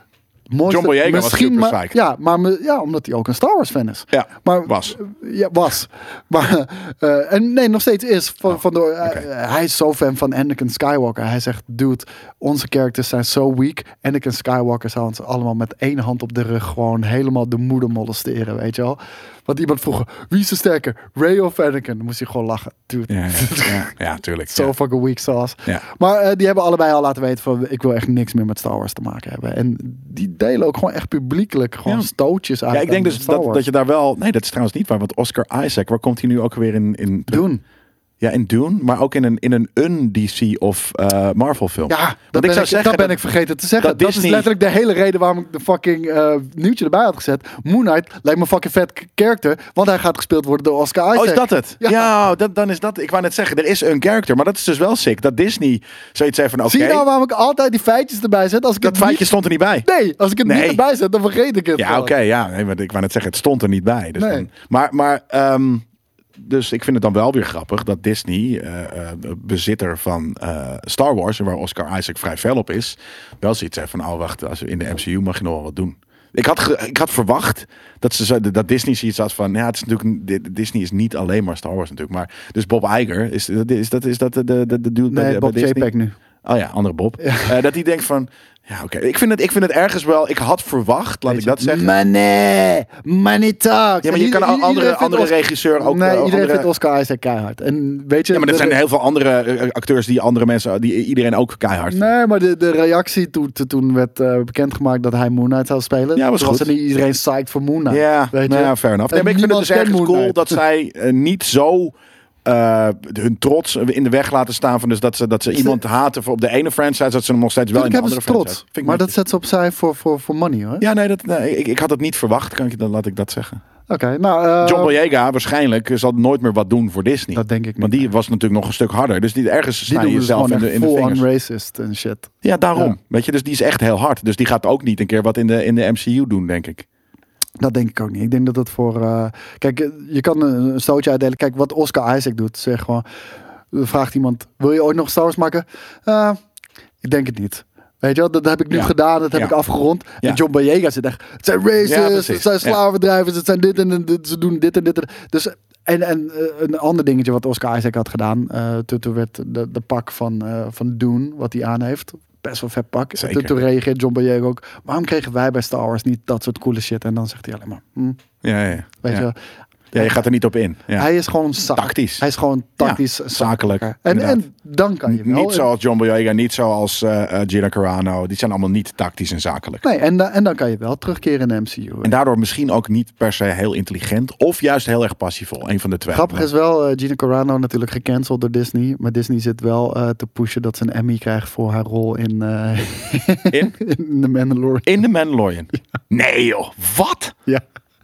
mooiste... John Boyega was misschien super maar, psyched. Ja, maar me- ja, omdat hij ook een Star Wars fan is. Ja, maar, was. Ja, was. Maar, uh, en nee, nog steeds is. Van, Oh, van door, uh, okay. uh, hij is zo fan van Anakin Skywalker. Hij zegt, dude, onze characters zijn zo weak. Anakin Skywalker zou ons allemaal met één hand op de rug gewoon helemaal de moeder molesteren, weet je wel. Want iemand vroeg, wie is de sterker? Rey of Anakin? Dan moest hij gewoon lachen. Dude. Ja, ja, ja, ja tuurlijk. Zo ja. fucking weak sauce. Ja. Maar uh, die hebben allebei al laten weten van, ik wil echt niks meer met Star Wars te maken hebben. En die delen ook gewoon echt publiekelijk gewoon Ja. stootjes uit. Ja, ik denk aan dus Star dat, Wars. dat je daar wel... Nee, dat is trouwens niet waar. Want Oscar Isaac, waar komt hij nu ook weer in? in doen. Ja, in Dune. Maar ook in een, in een un-D C of uh, Marvel film. Ja, Want dat, ben, zou ik, zeggen dat ben dat- ik vergeten te zeggen. dat Dat, Disney- is letterlijk de hele reden waarom ik de fucking uh, nieuwtje erbij had gezet. Moon Knight lijkt me een fucking vet k- character. Want hij gaat gespeeld worden door Oscar Isaac. Oh, is dat het? Ja. Ja, dat, dan is dat... Ik wou net zeggen, er is een character. Maar dat is dus wel sick. Dat Disney zoiets zei van... Oké, Zie je nou waarom ik altijd die feitjes erbij zet? Als ik dat het feitje niet... stond er niet bij. Nee, als ik het Nee. niet erbij zet, dan vergeet ik het. Ja, gewoon. oké, ja. Nee, maar ik wou net zeggen, het stond er niet bij. Dus Nee. dan, maar, maar ehm, dus ik vind het dan wel weer grappig dat Disney, uh, uh, bezitter van uh, Star Wars, en waar Oscar Isaac vrij fel op is, wel zoiets heeft van, oh wacht, als we in de M C U mag je nog wel wat doen. Ik had, ge, ik had verwacht dat, ze, zo- dat Disney zoiets had van, ja, het is natuurlijk, een- Disney is niet alleen maar Star Wars natuurlijk, maar dus Bob Iger, is, is dat is dat de, de, de dude bij, Nee, bij Bob Disney? JPEG nu. Oh ja, andere Bob. Uh, dat hij denkt van, ja oké, ik vind het, ik vind het ergens wel, ik had verwacht, laat ik dat zeggen. Money, money talks. Ja, maar je En kan i- een i- andere, iedereen vindt andere Oscar- regisseur ook... Nee, uh, iedereen andere... vindt Oscar Isaac keihard. En weet je... Ja, maar er de- zijn heel veel andere uh, acteurs die andere mensen, die iedereen ook keihard vindt. Nee, maar de, de reactie toen, toen werd uh, bekendgemaakt dat hij Moon Knight zou spelen. Ja, was toen was goed. er niet iedereen psyched voor Moon Knight. Ja, weet nou je? ja, fair enough. Nee, En maar ik vind het dus niemand ergens kent Moon cool Knight. dat zij uh, niet zo uh, hun trots in de weg laten staan van dus dat ze, dat ze Is iemand haten voor op de ene franchise, dat ze hem nog steeds wel in Tuurlijk de hebben andere ze franchise. trots. Vind ik Maar dat netjes. zet ze opzij voor, voor, voor money hoor. Ja, nee, dat, nee ik, ik had het niet verwacht, kan ik, dan laat ik dat zeggen. Oké, nou... uh, John Boyega waarschijnlijk zal nooit meer wat doen voor Disney. Dat denk ik niet. Want die was natuurlijk nog een stuk harder. Dus die ergens die sta je doen dus jezelf gewoon in de, echt in de full vingers. on racist en shit. Ja, daarom. Ja. Weet je, dus die is echt heel hard. Dus die gaat ook niet een keer wat in de, in de M C U doen, denk ik. Dat denk ik ook niet. Ik denk dat het voor... Uh, kijk, uh, je kan een, een stootje uitdelen. Kijk, wat Oscar Isaac doet. Zeg gewoon... uh, Vraagt iemand... Wil je ooit nog Star Wars maken? Uh, ik denk het niet. Weet je wel? Dat heb ik nu Ja. gedaan. Dat heb Ja. ik afgerond. Ja. En John Boyega zit echt... Het zijn Ja, racists. precies. het zijn slavendrijvers. Het zijn dit en dit. Ze doen dit en dit. En, dus... En, en uh, een ander dingetje wat Oscar Isaac had gedaan. Uh, toen, toen werd de, de pak van, uh, van Dune, wat hij aan heeft. Best wel vet pak. Zeker. Toen, toen reageert John Boyega ook. Waarom kregen wij bij Star Wars niet dat soort coole shit? En dan zegt hij alleen maar... Hm, Ja, ja, ja. weet ja. je wel. Ja, je gaat er niet op in. Ja. Hij is gewoon za- Tactisch. Hij is gewoon tactisch Ja, zakelijk. zakelijk, En, inderdaad. en dan kan je wel. Niet zoals John Boyega, niet zoals uh, uh, Gina Carano. Die zijn allemaal niet tactisch en zakelijk. Nee, en, da- en dan kan je wel terugkeren in de M C U. En daardoor misschien ook niet per se heel intelligent. Of juist heel erg passievol. Een van de twee. Grappig is wel, uh, Gina Carano natuurlijk gecanceld door Disney. Maar Disney zit wel uh, te pushen dat ze een Emmy krijgt voor haar rol in, uh, In? in The Mandalorian. In The Mandalorian. Nee joh, wat? Ja.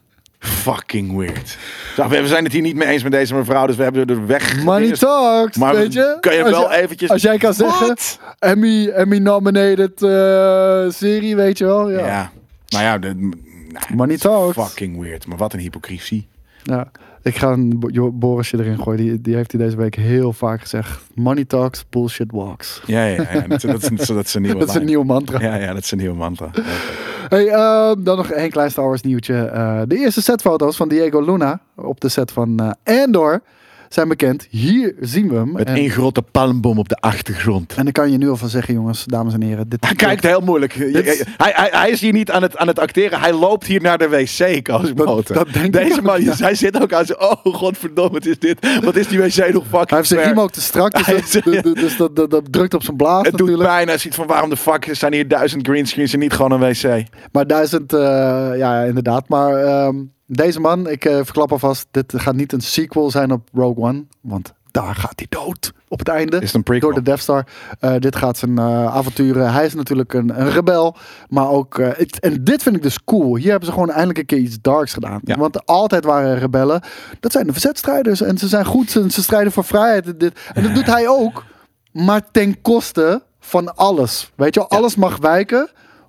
Fucking weird. Zo, we zijn het hier niet mee eens met deze mevrouw. Dus we hebben er weg. Money talks, Maar weet je? kan je Als wel eventjes... Als jij kan zeggen, Wat? Emmy, Emmy nominated uh, serie, weet je wel. Ja. Ja. Nou ja, de, nou, Money talks. fucking weird. Maar wat een hypocrisie. Ja, ik ga een Bo- Jo- Borisje erin gooien. Die, die heeft hij deze week heel vaak gezegd. Money talks, bullshit walks. Ja, ja, ja. Dat, dat, is, dat is een nieuwe Dat is een lijn. nieuwe mantra. Ja, ja, dat is een nieuwe mantra. Okay. Hey, uh, dan nog één klein Star Wars nieuwtje. Uh, de eerste setfoto's van Diego Luna op de set van uh, Andor zijn bekend. Hier zien we hem. Met en, één grote palmboom op de achtergrond. en ik kan je nu al van zeggen, jongens, dames en heren. Dit, Hij kijkt heel moeilijk. is- Hij, hij, hij is hier niet aan het, aan het acteren. Hij loopt hier naar de wc, Koosmotor. Dat- dat denk ik Deze ook, man, ja. hij zit ook aan zijn... Oh, godverdomme, wat is dit? Wat is die wc nog fucking hij heeft zijn ver? riem ook te strak, dus, Hij dat, is- dus- dus- dus dat, dat, dat drukt op zijn blaas Het doet natuurlijk. pijn. Hij ziet van waarom de fuck zijn hier duizend greenscreens en niet gewoon een wc? Maar duizend, uh, ja inderdaad. Maar um, deze man, ik uh, verklap alvast, dit gaat niet een sequel zijn op Rogue One. Want daar gaat hij dood op het einde. Is het een prequel? Door de Death Star. Uh, dit gaat zijn uh, avonturen. Hij is natuurlijk een, een rebel. Maar ook... Uh, het, en dit vind ik dus cool. Hier hebben ze gewoon eindelijk een keer iets darks gedaan. Ja. Want altijd waren rebellen. Dat zijn de verzetstrijders. En ze zijn goed. Ze, ze strijden voor vrijheid. Dit. En dat doet hij ook. Maar ten koste van alles. Weet je wel? Alles mag wijken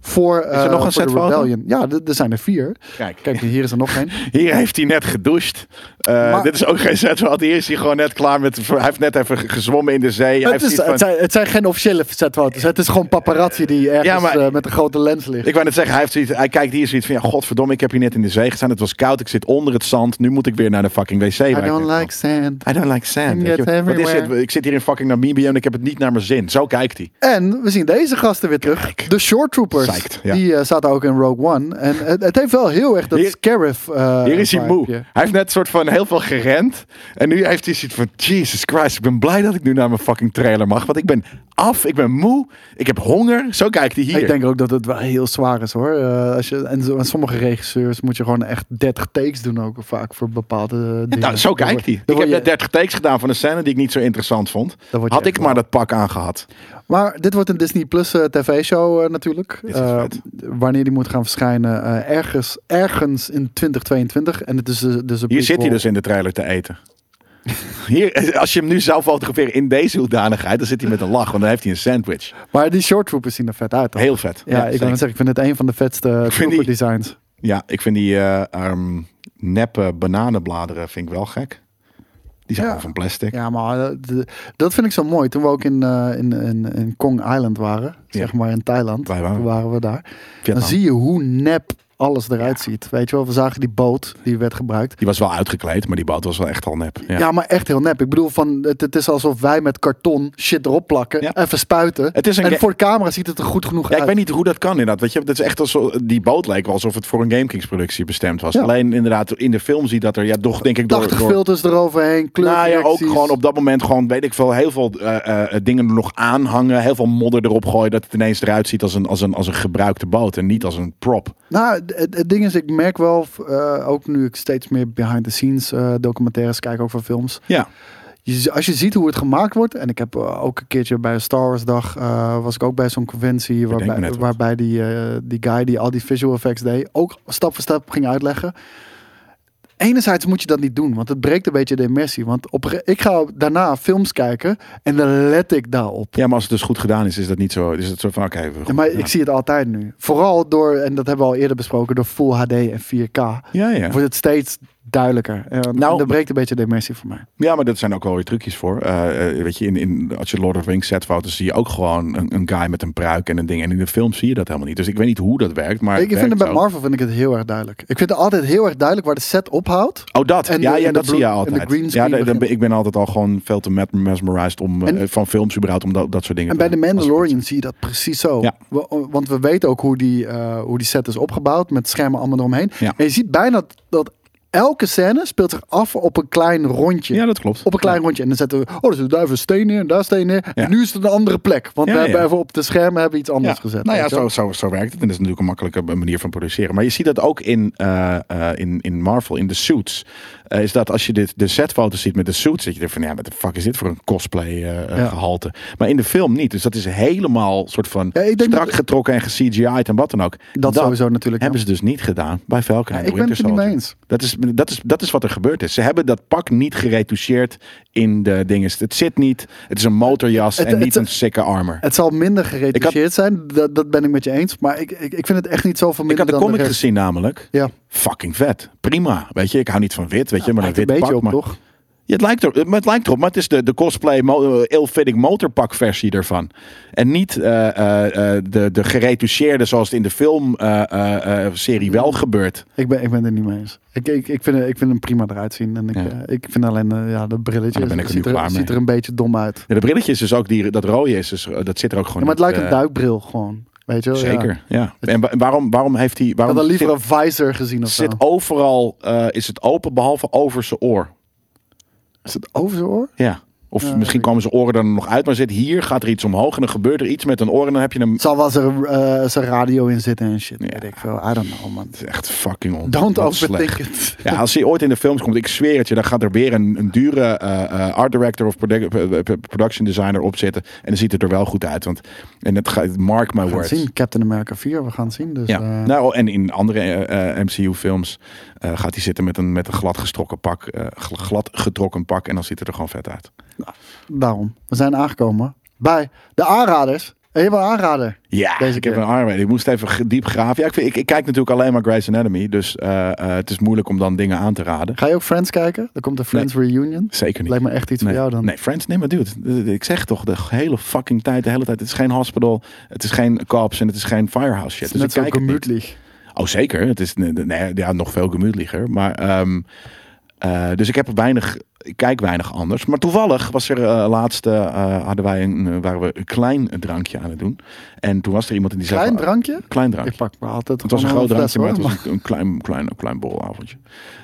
voor, Is er uh, nog een voor de setfoto? Rebellion. Ja, d- er zijn er vier. Kijk. Kijk, hier is er nog één. Hier heeft hij net gedoucht. Uh, Maar- dit is ook geen setfoto. Hier is hij gewoon net klaar met... Hij heeft net even gezwommen in de zee. Hij Het, heeft is, iets van- het, zijn, het zijn geen officiële setfoto's. Het is gewoon paparazzi die ergens Ja, maar- uh, met een grote lens ligt. Ik wou net zeggen, hij, heeft zoiets, hij kijkt hier zoiets van... Ja, godverdomme, ik heb hier net in de zee gestaan. Het was koud, ik zit onder het zand. Nu moet ik weer naar de fucking wc. I waar ik don't net like sand. I don't like sand. And Weet je, get wat is everywhere. het? Ik zit hier in fucking Namibië en ik heb het niet naar mijn zin. Zo kijkt hij. En we zien deze gasten weer terug. Kijk. De Shore Troopers. Psyched, ja. Die uh, zaten ook in Rogue One. En het, het heeft wel heel erg dat Hier- Scarif. Uh, Hier is hij vibeje. moe. Hij heeft net soort van heel veel gerend. En nu heeft hij zoiets van... Jesus Christ, ik ben blij dat ik nu naar mijn fucking trailer mag. Want ik ben af, ik ben moe. Ik heb honger. Zo kijkt hij hier. Ik denk ook dat het wel heel zwaar is hoor. Uh, als je, en, zo, en sommige regisseurs moet je gewoon echt dertig takes doen ook vaak voor bepaalde dingen. Nou, zo Dan kijkt word- hij. dan Ik heb word je- net dertig takes gedaan van een scène die ik niet zo interessant vond. dan word je Had echt ik maar wel- dat pak aangehad. Maar dit wordt een Disney Plus uh, tv-show uh, natuurlijk. Dit is Uh, vet. wanneer die moet gaan verschijnen uh, ergens, ergens in twintig tweeëntwintig. En het is dus, dus een Hier zit hij prequel. dus in de trailer te eten. Hier, als je hem nu zou fotograferen in deze hoedanigheid, dan zit hij met een lach, want dan heeft hij een sandwich. Maar die Shore Troopers zien er vet uit. Toch? Heel vet. Ja, ik wil zeker. zeggen, ik vind het een van de vetste vind trooper die- designs. Ja, ik vind die eh um, neppe bananenbladeren vind ik wel gek. Die zijn Ja. gewoon van plastic. Ja, maar uh, de- dat vind ik zo mooi. Toen we ook in, uh, in, in, in Kong Island waren, zeg maar in Thailand, Wij waren. toen waren we daar. Vietnam. Dan zie je hoe nep alles eruit ziet. Weet je wel, we zagen die boot die werd gebruikt. Die was wel uitgekleed, maar die boot was wel echt al nep. Ja. Ja, maar echt heel nep. Ik bedoel, van, het, het is alsof wij met karton shit erop plakken, Ja. even spuiten. Het is een en ga- voor de camera ziet het er goed genoeg Ja, ik uit. weet niet hoe dat kan inderdaad. Weet je, dat is echt alsof die boot leek wel alsof het voor een GameKings productie bestemd was. Ja. Alleen inderdaad in de film zie je dat er ja toch denk ik door, tachtig door filters eroverheen, nou ja, ook kleurcorrecties. gewoon op dat moment gewoon weet ik veel heel veel uh, uh, dingen er nog aanhangen, heel veel modder erop gooien dat het ineens eruit ziet als een als een als een gebruikte boot en niet als een prop. Nou, het, het ding is, ik merk wel, uh, ook nu ik steeds meer behind the scenes uh, documentaires kijk, ook van films. Ja. Je, als je ziet hoe het gemaakt wordt, en ik heb uh, ook een keertje bij een Star Wars dag, uh, was ik ook bij zo'n conventie, Bedenk me waarbij, net wat. waarbij die, uh, die guy die al die visual effects deed, ook stap voor stap ging uitleggen. Enerzijds moet je dat niet doen, want het breekt een beetje de immersie. Want op, een ge- ik ga daarna films kijken en dan let ik daarop. Ja, maar als het dus goed gedaan is, is dat niet zo. Is het zo van oké. we- Ja, maar ja. ik zie het altijd nu. Vooral door, en dat hebben we al eerder besproken, door Full H D en vier K. Ja, ja. Wordt het steeds duidelijker. En Nou, dat breekt een beetje de immersie voor mij. Ja, maar dat zijn ook wel weer trucjes voor. Uh, uh, weet je, in, in, als je Lord of the Rings setfoto's zie je ook gewoon een, een guy met een pruik en een ding. En in de film zie je dat helemaal niet. Dus ik weet niet hoe dat werkt. Maar Ik, het ik vind het werkt bij zo. Marvel vind ik het heel erg duidelijk. Ik vind het altijd heel erg duidelijk waar de set ophoudt. Oh, dat. En ja, de- ja en de dat zie je blue- en altijd. de green Ja, screen de- de- begint. ik ben altijd al gewoon veel te met- mesmerized om uh, En- van films überhaupt om dat, dat soort dingen En te bij de Mandalorian zie je dat precies zo. Ja. We- want we weten ook hoe die, uh, hoe die set is opgebouwd. Met schermen allemaal eromheen. Ja. En je ziet bijna dat, dat elke scène speelt zich af op een klein rondje. Ja, dat klopt. Op een klein rondje. En dan zetten we, oh, er zit daar even een steen neer en daar steen neer. Ja. En nu is het een andere plek. Want Ja, we hebben ja. even op de schermen hebben we iets anders Ja. gezet. Nou ja, weet je wel. zo, zo, zo werkt het. En dat is natuurlijk een makkelijke manier van produceren. Maar je ziet dat ook in, uh, uh, in, in Marvel, in de suits. Uh, is dat als je dit, de setfoto's ziet met de suits, dat je denkt van ja, wat de fuck is dit voor een cosplay uh, Ja. gehalte. Maar in de film niet. Dus dat is helemaal soort van Ja, ik denk strak dat- getrokken en ge-C G I'd en wat dan ook. Dat sowieso natuurlijk. hebben ja. ze dus niet gedaan bij Falcon Ja, en ik the ben Winter het er niet Soldier. mee eens. Dat is, dat, is, dat is wat er gebeurd is. Ze hebben dat pak niet geretoucheerd in de dingen. Het zit niet. Het is een motorjas Het- en het- niet een sikke armor. Het zal minder geretoucheerd zijn, dat, dat ben ik met je eens. Maar ik, ik, ik vind het echt niet zoveel Ik minder had de dan comic rest. gezien namelijk. Ja, Fucking vet. Prima. Weet je, ik hou niet van wit, weet je, maar een lijkt een wit beetje pak. op, Maar, toch? ja, het, lijkt er, maar het lijkt erop, maar het is de, de cosplay mo- ill-fitting motorpak versie ervan. En niet uh, uh, uh, de, de geretoucheerde zoals het in de film uh, uh, uh, serie wel gebeurt. Ik ben, ik ben het er niet mee eens. Ik, ik, ik, vind, ik vind hem prima eruit zien. En ik, Ja. eh, ik vind alleen uh, ja, de brilletje Ah, dan ben ik er ziet, nu er, klaar mee. ziet er een beetje dom uit. Ja, de brilletje is dus ook die, dat rode is, dus, uh, dat zit er ook gewoon Ja, maar het niet, lijkt een uh, duikbril gewoon. Weet je wel? Ja. Zeker, ja. En wa- waarom, waarom heeft hij... Ik Waarom had dan liever zit, een visor gezien of zo. zit overal, uh, is het open behalve over zijn oor? Is het over zijn oor? Ja. Of Ja, misschien ik- komen zijn oren er nog uit, maar zit hier, gaat er iets omhoog en dan gebeurt er iets met een oor en dan heb je hem... Het zal wel zijn, uh, zijn radio in zitten en shit. Ja. Weet ik veel. I don't know, man. Het is echt fucking on. Don't wat overthink slecht. it. Ja, als hij ooit in de films komt, ik zweer het je, dan gaat er weer een, een dure uh, uh, art director of produ- uh, production designer op zitten. En dan ziet het er wel goed uit. Want, en het gaat, mark my We gaan words. het zien. Captain America vier, we gaan het zien. Dus, Ja. uh, Nou, en in andere uh, M C U-films uh, gaat hij zitten met een, met een glad gestrokken pak, uh, glad getrokken pak, en dan ziet het er gewoon vet uit. daarom. We zijn aangekomen bij de aanraders. je hebt een aanrader. Ja, Deze ik heb keer. een arm. Ik moest even g- diep graven. Ja, ik, vind, ik, ik kijk natuurlijk alleen maar Grey's Anatomy. Dus uh, uh, het is moeilijk om dan dingen aan te raden. Ga je ook Friends kijken? Er komt een Friends reunion. Zeker niet. Lijkt me echt iets nee. voor jou dan. Nee, Friends, nee, maar dude. Ik zeg toch, de hele fucking tijd, de hele tijd. Het is geen hospital, het is geen cops en het is geen firehouse shit. Het is net dus zo ik kijk het niet. gemütlich. Oh, zeker. Het is nee, nee, ja, nog veel gemütlicher. Maar, um, uh, dus ik heb weinig, ik kijk weinig anders. Maar toevallig was er uh, laatst, uh, hadden wij een, uh, waren we een klein drankje aan het doen. En toen was er iemand die zei... Klein van, drankje? Klein drankje. Ik pak maar altijd Het was een gewoon groot fles, drankje, maar hoor. het was een, een klein, klein, klein borrelavondje.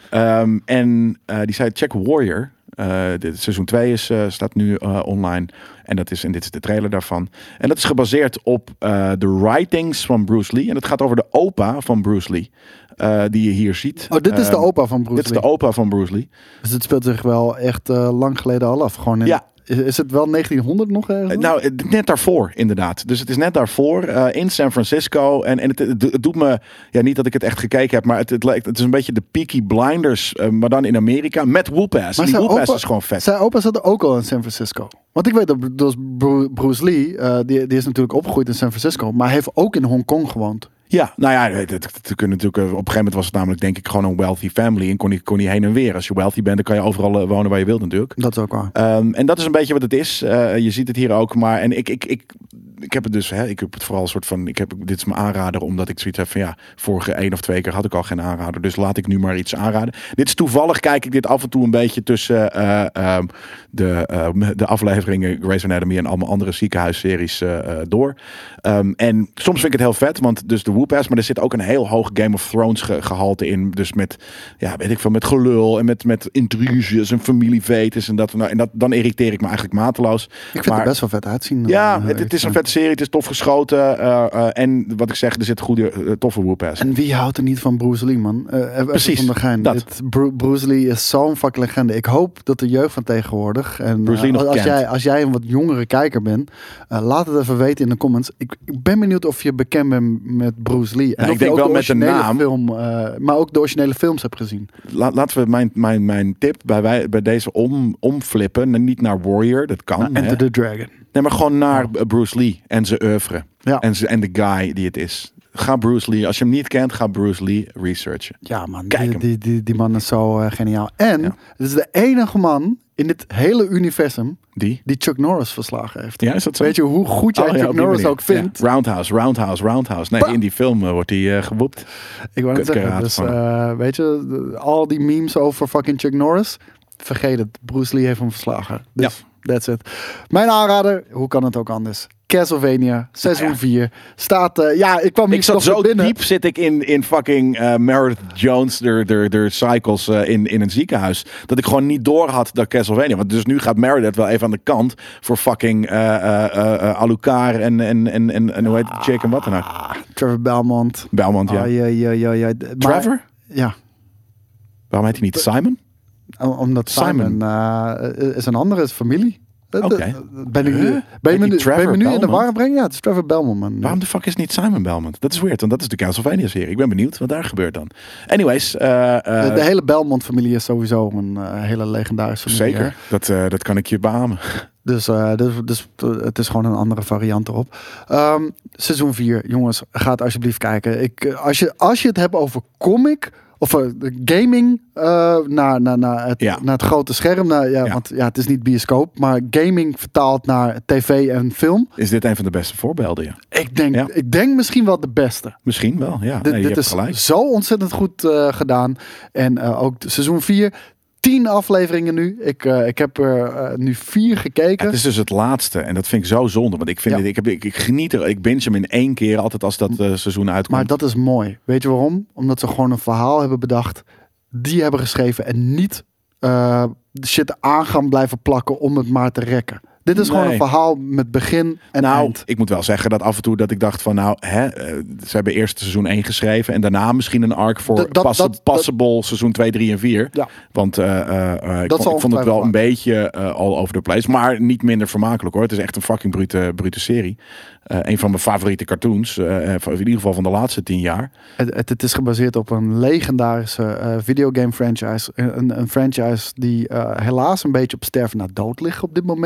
Um, en uh, die zei, check Warrior. Uh, dit, seizoen twee is, uh, staat nu uh, online. En, dat is, en dit is de trailer daarvan. En dat is gebaseerd op uh, de writings van Bruce Lee. En het gaat over de opa van Bruce Lee. Uh, die je hier ziet. Oh, dit is de Um, opa van Bruce Dit is Lee. de opa van Bruce Lee. Dus het speelt zich wel echt uh, lang geleden al af. Gewoon in, Ja. is, is het wel negentienhonderd nog ergens? Uh, nou, uh, net daarvoor inderdaad. Dus het is net daarvoor uh, in San Francisco. En, en het, het, het doet me... Ja, niet dat ik het echt gekeken heb. Maar het, het, lijkt, het is een beetje de Peaky Blinders. Uh, maar dan in Amerika. Met Whoop-ass. Maar Die zijn Whoop-ass opa- is gewoon vet. Zijn opa zat er ook al in San Francisco. Want ik weet dat dus Bru- Bruce Lee, uh, die, die is natuurlijk opgegroeid in San Francisco. Maar hij heeft ook in Hongkong gewoond. Ja, nou ja, het, het, het kunnen natuurlijk, op een gegeven moment was het namelijk denk ik gewoon een wealthy family. En kon hij, kon hij heen en weer. Als je wealthy bent, dan kan je overal uh, wonen waar je wilt natuurlijk. Dat is ook waar. Um, en dat is een beetje wat het is. Uh, je ziet het hier ook. Maar en ik, ik, ik, ik heb het dus, hè, ik heb het vooral een soort van, ik heb, dit is mijn aanrader, omdat ik zoiets heb van ja, vorige één of twee keer had ik al geen aanrader. Dus laat ik nu maar iets aanraden. Dit is toevallig, kijk ik dit af en toe een beetje tussen uh, um, de, uh, de afleveringen Grey's Anatomy en allemaal andere ziekenhuisseries uh, uh, door. Um, en soms vind ik het heel vet, want dus de Whoop-ass, maar er zit ook een heel hoog Game of Thrones ge- gehalte in. Dus met, ja, weet ik veel, met gelul en met, met intruges en familievetes en dat. Nou, en dat, dan irriteer ik me eigenlijk mateloos. Ik vind maar, het best wel vet uitzien. Ja, uh, het, het is een ik- vette serie, het is tof geschoten. Uh, uh, en wat ik zeg, er zit goede, uh, toffe Whoop-ass. En wie houdt er niet van Bruce Lee, man? Uh, even Precies, van de gein. dat. Dit, Bru- Bruce Lee is zo'n fucking legende. Ik hoop dat de jeugd van tegenwoordig... En, Bruce Lee uh, nog als, kent. jij, als jij een wat jongere kijker bent, uh, laat het even weten in de comments. Ik, ik ben benieuwd of je bekend bent met Bruce Lee. En Nou, of ik denk je ook wel de met de originele naam. Film, uh, maar ook de originele films hebt gezien. La, laten we mijn, mijn, mijn tip bij, wij, bij deze om, omflippen. En niet naar Warrior, dat kan. Uh, hè. Enter the Dragon. Nee, maar gewoon naar Bruce Lee en zijn oeuvre. Ja. En, zijn- en de guy die het is. Ga Bruce Lee, als je hem niet kent, ga Bruce Lee researchen. Ja, man. Kijk Die, hem. die, die, die man is zo uh, geniaal. En Ja. het is de enige man in dit hele universum Die? die Chuck Norris verslagen heeft. Ja, is dat zo? Weet je hoe goed jij Oh, ja, Chuck op die Norris manier. ook vindt? Ja. Roundhouse, roundhouse, roundhouse. Nee, Bah. in die film uh, wordt hij uh, gewoept. Ik wou het Kut- zeggen. karate Dus van hem. uh, weet je, de- al die memes over fucking Chuck Norris, vergeet het. Bruce Lee heeft hem verslagen. Dus that's it. Mijn aanrader, hoe kan het ook anders? Castlevania, seizoen Nou ja. vier. Staat, uh, ja, ik kwam hier Ik zat nog zo naar binnen. diep zit ik in, in fucking uh, Meredith Jones, de, de, de cycles uh, in, in een ziekenhuis. Dat ik gewoon niet door had dat Castlevania. Want dus nu gaat Meredith wel even aan de kant voor fucking uh, uh, uh, Alucard en, en, en, en, en hoe heet het? Jake en wat dan ook. Ah, Trevor Belmont. Belmont, ja. Ah, ja, ja, ja, ja. Maar- Trevor? Ja, Waarom heet hij niet Simon? om- omdat Simon, Simon. uh, is een andere, is familie. Dat- Oké. dat- Ben ik nu, Huh? ben je me Heet nu, die Trevor ben je me nu in de Belmont? war brengen? Ja, het is Trevor Belmont, man. Waarom de fuck is het niet Simon Belmont? Dat is weird, want dat is de Castlevania-serie. Ik ben benieuwd wat daar gebeurt dan. Anyways. uh, uh, De, de hele Belmont-familie is sowieso een uh, hele legendarische familie. Zeker, dat, uh, dat kan ik je beamen. Dus, uh, dus, dus uh, het is gewoon een andere variant erop. Um, seizoen vier, jongens, ga het alsjeblieft kijken. Ik, uh, als, je, als je het hebt over comic of uh, gaming uh, naar, naar, naar, het, Ja. naar het grote scherm. Naar, ja, Ja. Want ja, het is niet bioscoop, maar gaming vertaald naar tv en film. Is dit een van de beste voorbeelden, ja? Ik denk, Ja. ik denk misschien wel de beste. Misschien wel, ja. Dit, Nee, je dit hebt is gelijk. zo ontzettend goed uh, gedaan. En uh, ook seizoen vier. Tien afleveringen nu. Ik, uh, ik heb er uh, nu vier gekeken. Het is dus het laatste en dat vind ik zo zonde. Want ik, vind Ja. dit, ik, heb, ik, ik geniet er. Ik binge hem in één keer altijd als dat uh, seizoen uitkomt. Maar dat is mooi. Weet je waarom? Omdat ze gewoon een verhaal hebben bedacht. Die hebben geschreven. En niet uh, shit aan gaan blijven plakken om het maar te rekken. Dit is gewoon Nee. een verhaal met begin en nou, eind. ik moet wel zeggen dat af en toe dat ik dacht van nou, hè, uh, ze hebben eerst seizoen één geschreven en daarna misschien een arc voor Dat- dat- pass- dat- passable seizoen twee, drie en vier. Ja. Want uh, uh, uh, ik, Dat vond, zal ik vond het wel ongetwijfeld een beetje uh, all over the place, maar niet minder vermakelijk hoor. Het is echt een fucking brute, brute serie. Uh, een van mijn favoriete cartoons, uh, in ieder geval van de laatste tien jaar. Het, het, het is gebaseerd op een legendarische uh, videogame franchise. Een, een franchise die uh, helaas een beetje op sterven na dood ligt op dit moment. Vast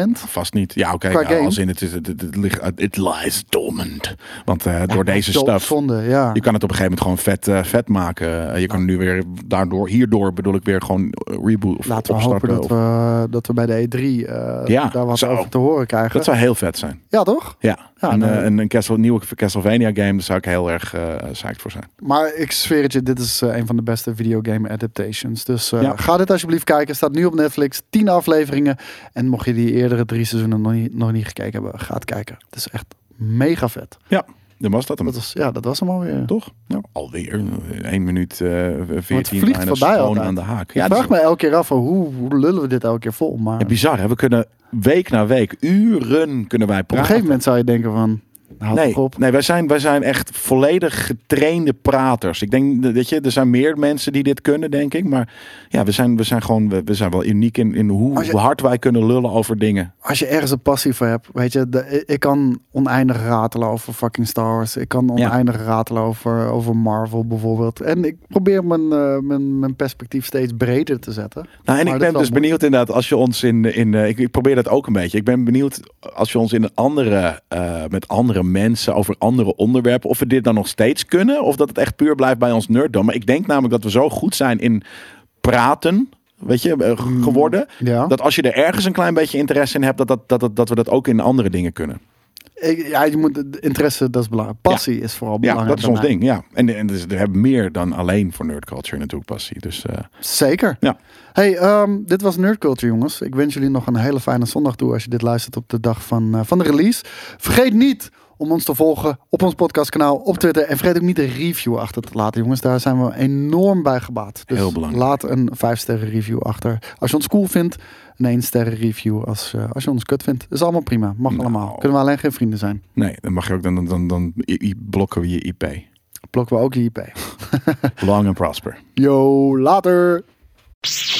vast niet. Ja, oké. Qua Okay, game. als in het, het, het, het, ligt- het lies dormant. Want uh, door deze Dood stuff... Zonde, ja. Je kan het op een gegeven moment gewoon vet, uh, vet maken. Uh, je kan nu weer daardoor, hierdoor bedoel ik weer gewoon uh, reboot of Laten we hopen dat we, dat we bij de E drie uh, ja, daar wat zo. over te horen krijgen. Dat zou heel vet zijn. Ja, toch? Ja, Ja, en, nee. uh, een, een Castle, nieuwe Castlevania game, daar zou ik heel erg uh, psyched voor zijn. Maar ik zweer het je, dit is uh, een van de beste videogame adaptations. Dus uh, Ja. ga dit alsjeblieft kijken. Staat nu op Netflix. tien afleveringen. En mocht je die eerdere drie seizoenen nog niet, nog niet gekeken hebben, ga het kijken. Het is echt mega vet. Ja, dan was dat hem. Dat was, ja, dat was hem alweer. Toch? Nou, alweer. één minuut uh, veertien. vliegt en dat is voorbij gewoon altijd. aan de haak. Ik Ja, vraag dat me is elke keer af, van hoe, hoe lullen we dit elke keer vol? Maar ja, bizar, hè? We kunnen week na week, uren kunnen wij op een praten. gegeven moment zou je denken van, houd Nee, toch op. nee wij, zijn, wij zijn echt volledig getrainde praters. Ik denk, dat je, er zijn meer mensen die dit kunnen, denk ik. Maar ja, we zijn, we zijn gewoon, we, we zijn wel uniek in, in hoe, Als je- hoe hard wij kunnen lullen over dingen. Als je ergens een passie voor hebt, weet je, de, ik kan oneindig ratelen over fucking Star Wars. Ik kan oneindig ratelen over, over Marvel bijvoorbeeld. En ik probeer mijn, uh, mijn, mijn perspectief steeds breder te zetten. Nou, en Maar ik dat ben is wel dus benieuwd inderdaad, als je ons in, in uh, ik, ik probeer dat ook een beetje. Ik ben benieuwd als je ons in een andere, uh, met andere mensen over andere onderwerpen, of we dit dan nog steeds kunnen, of dat het echt puur blijft bij ons nerddom. Maar ik denk namelijk dat we zo goed zijn in praten, weet je, uh, g- geworden, Ja. dat als je er ergens een klein beetje interesse in hebt, dat, dat, dat, dat, dat we dat ook in andere dingen kunnen. Ik, ja, je moet de interesse, dat is belangrijk. Passie is vooral Ja, belangrijk. dat is ons bij mij. ding, ja. En, en dus, we hebben meer dan alleen voor nerd culture natuurlijk passie. Dus uh, Zeker. ja. Hey, um, dit was Nerd Culture, jongens. Ik wens jullie nog een hele fijne zondag toe als je dit luistert op de dag van, uh, van de release. Vergeet niet om ons te volgen op ons podcastkanaal, op Twitter. En vergeet ook niet een review achter te laten, jongens. Daar zijn we enorm bij gebaat. Dus Heel belangrijk. laat een vijf sterren review achter. Als je ons cool vindt, een één sterren review. Als, uh, als je ons kut vindt, is allemaal prima. Mag Nou. allemaal. Kunnen we alleen geen vrienden zijn. Nee, dan mag je ook, dan, dan, dan, dan i- i- blokken we je I P. Blokken we ook je I P. Long and prosper. Yo, later!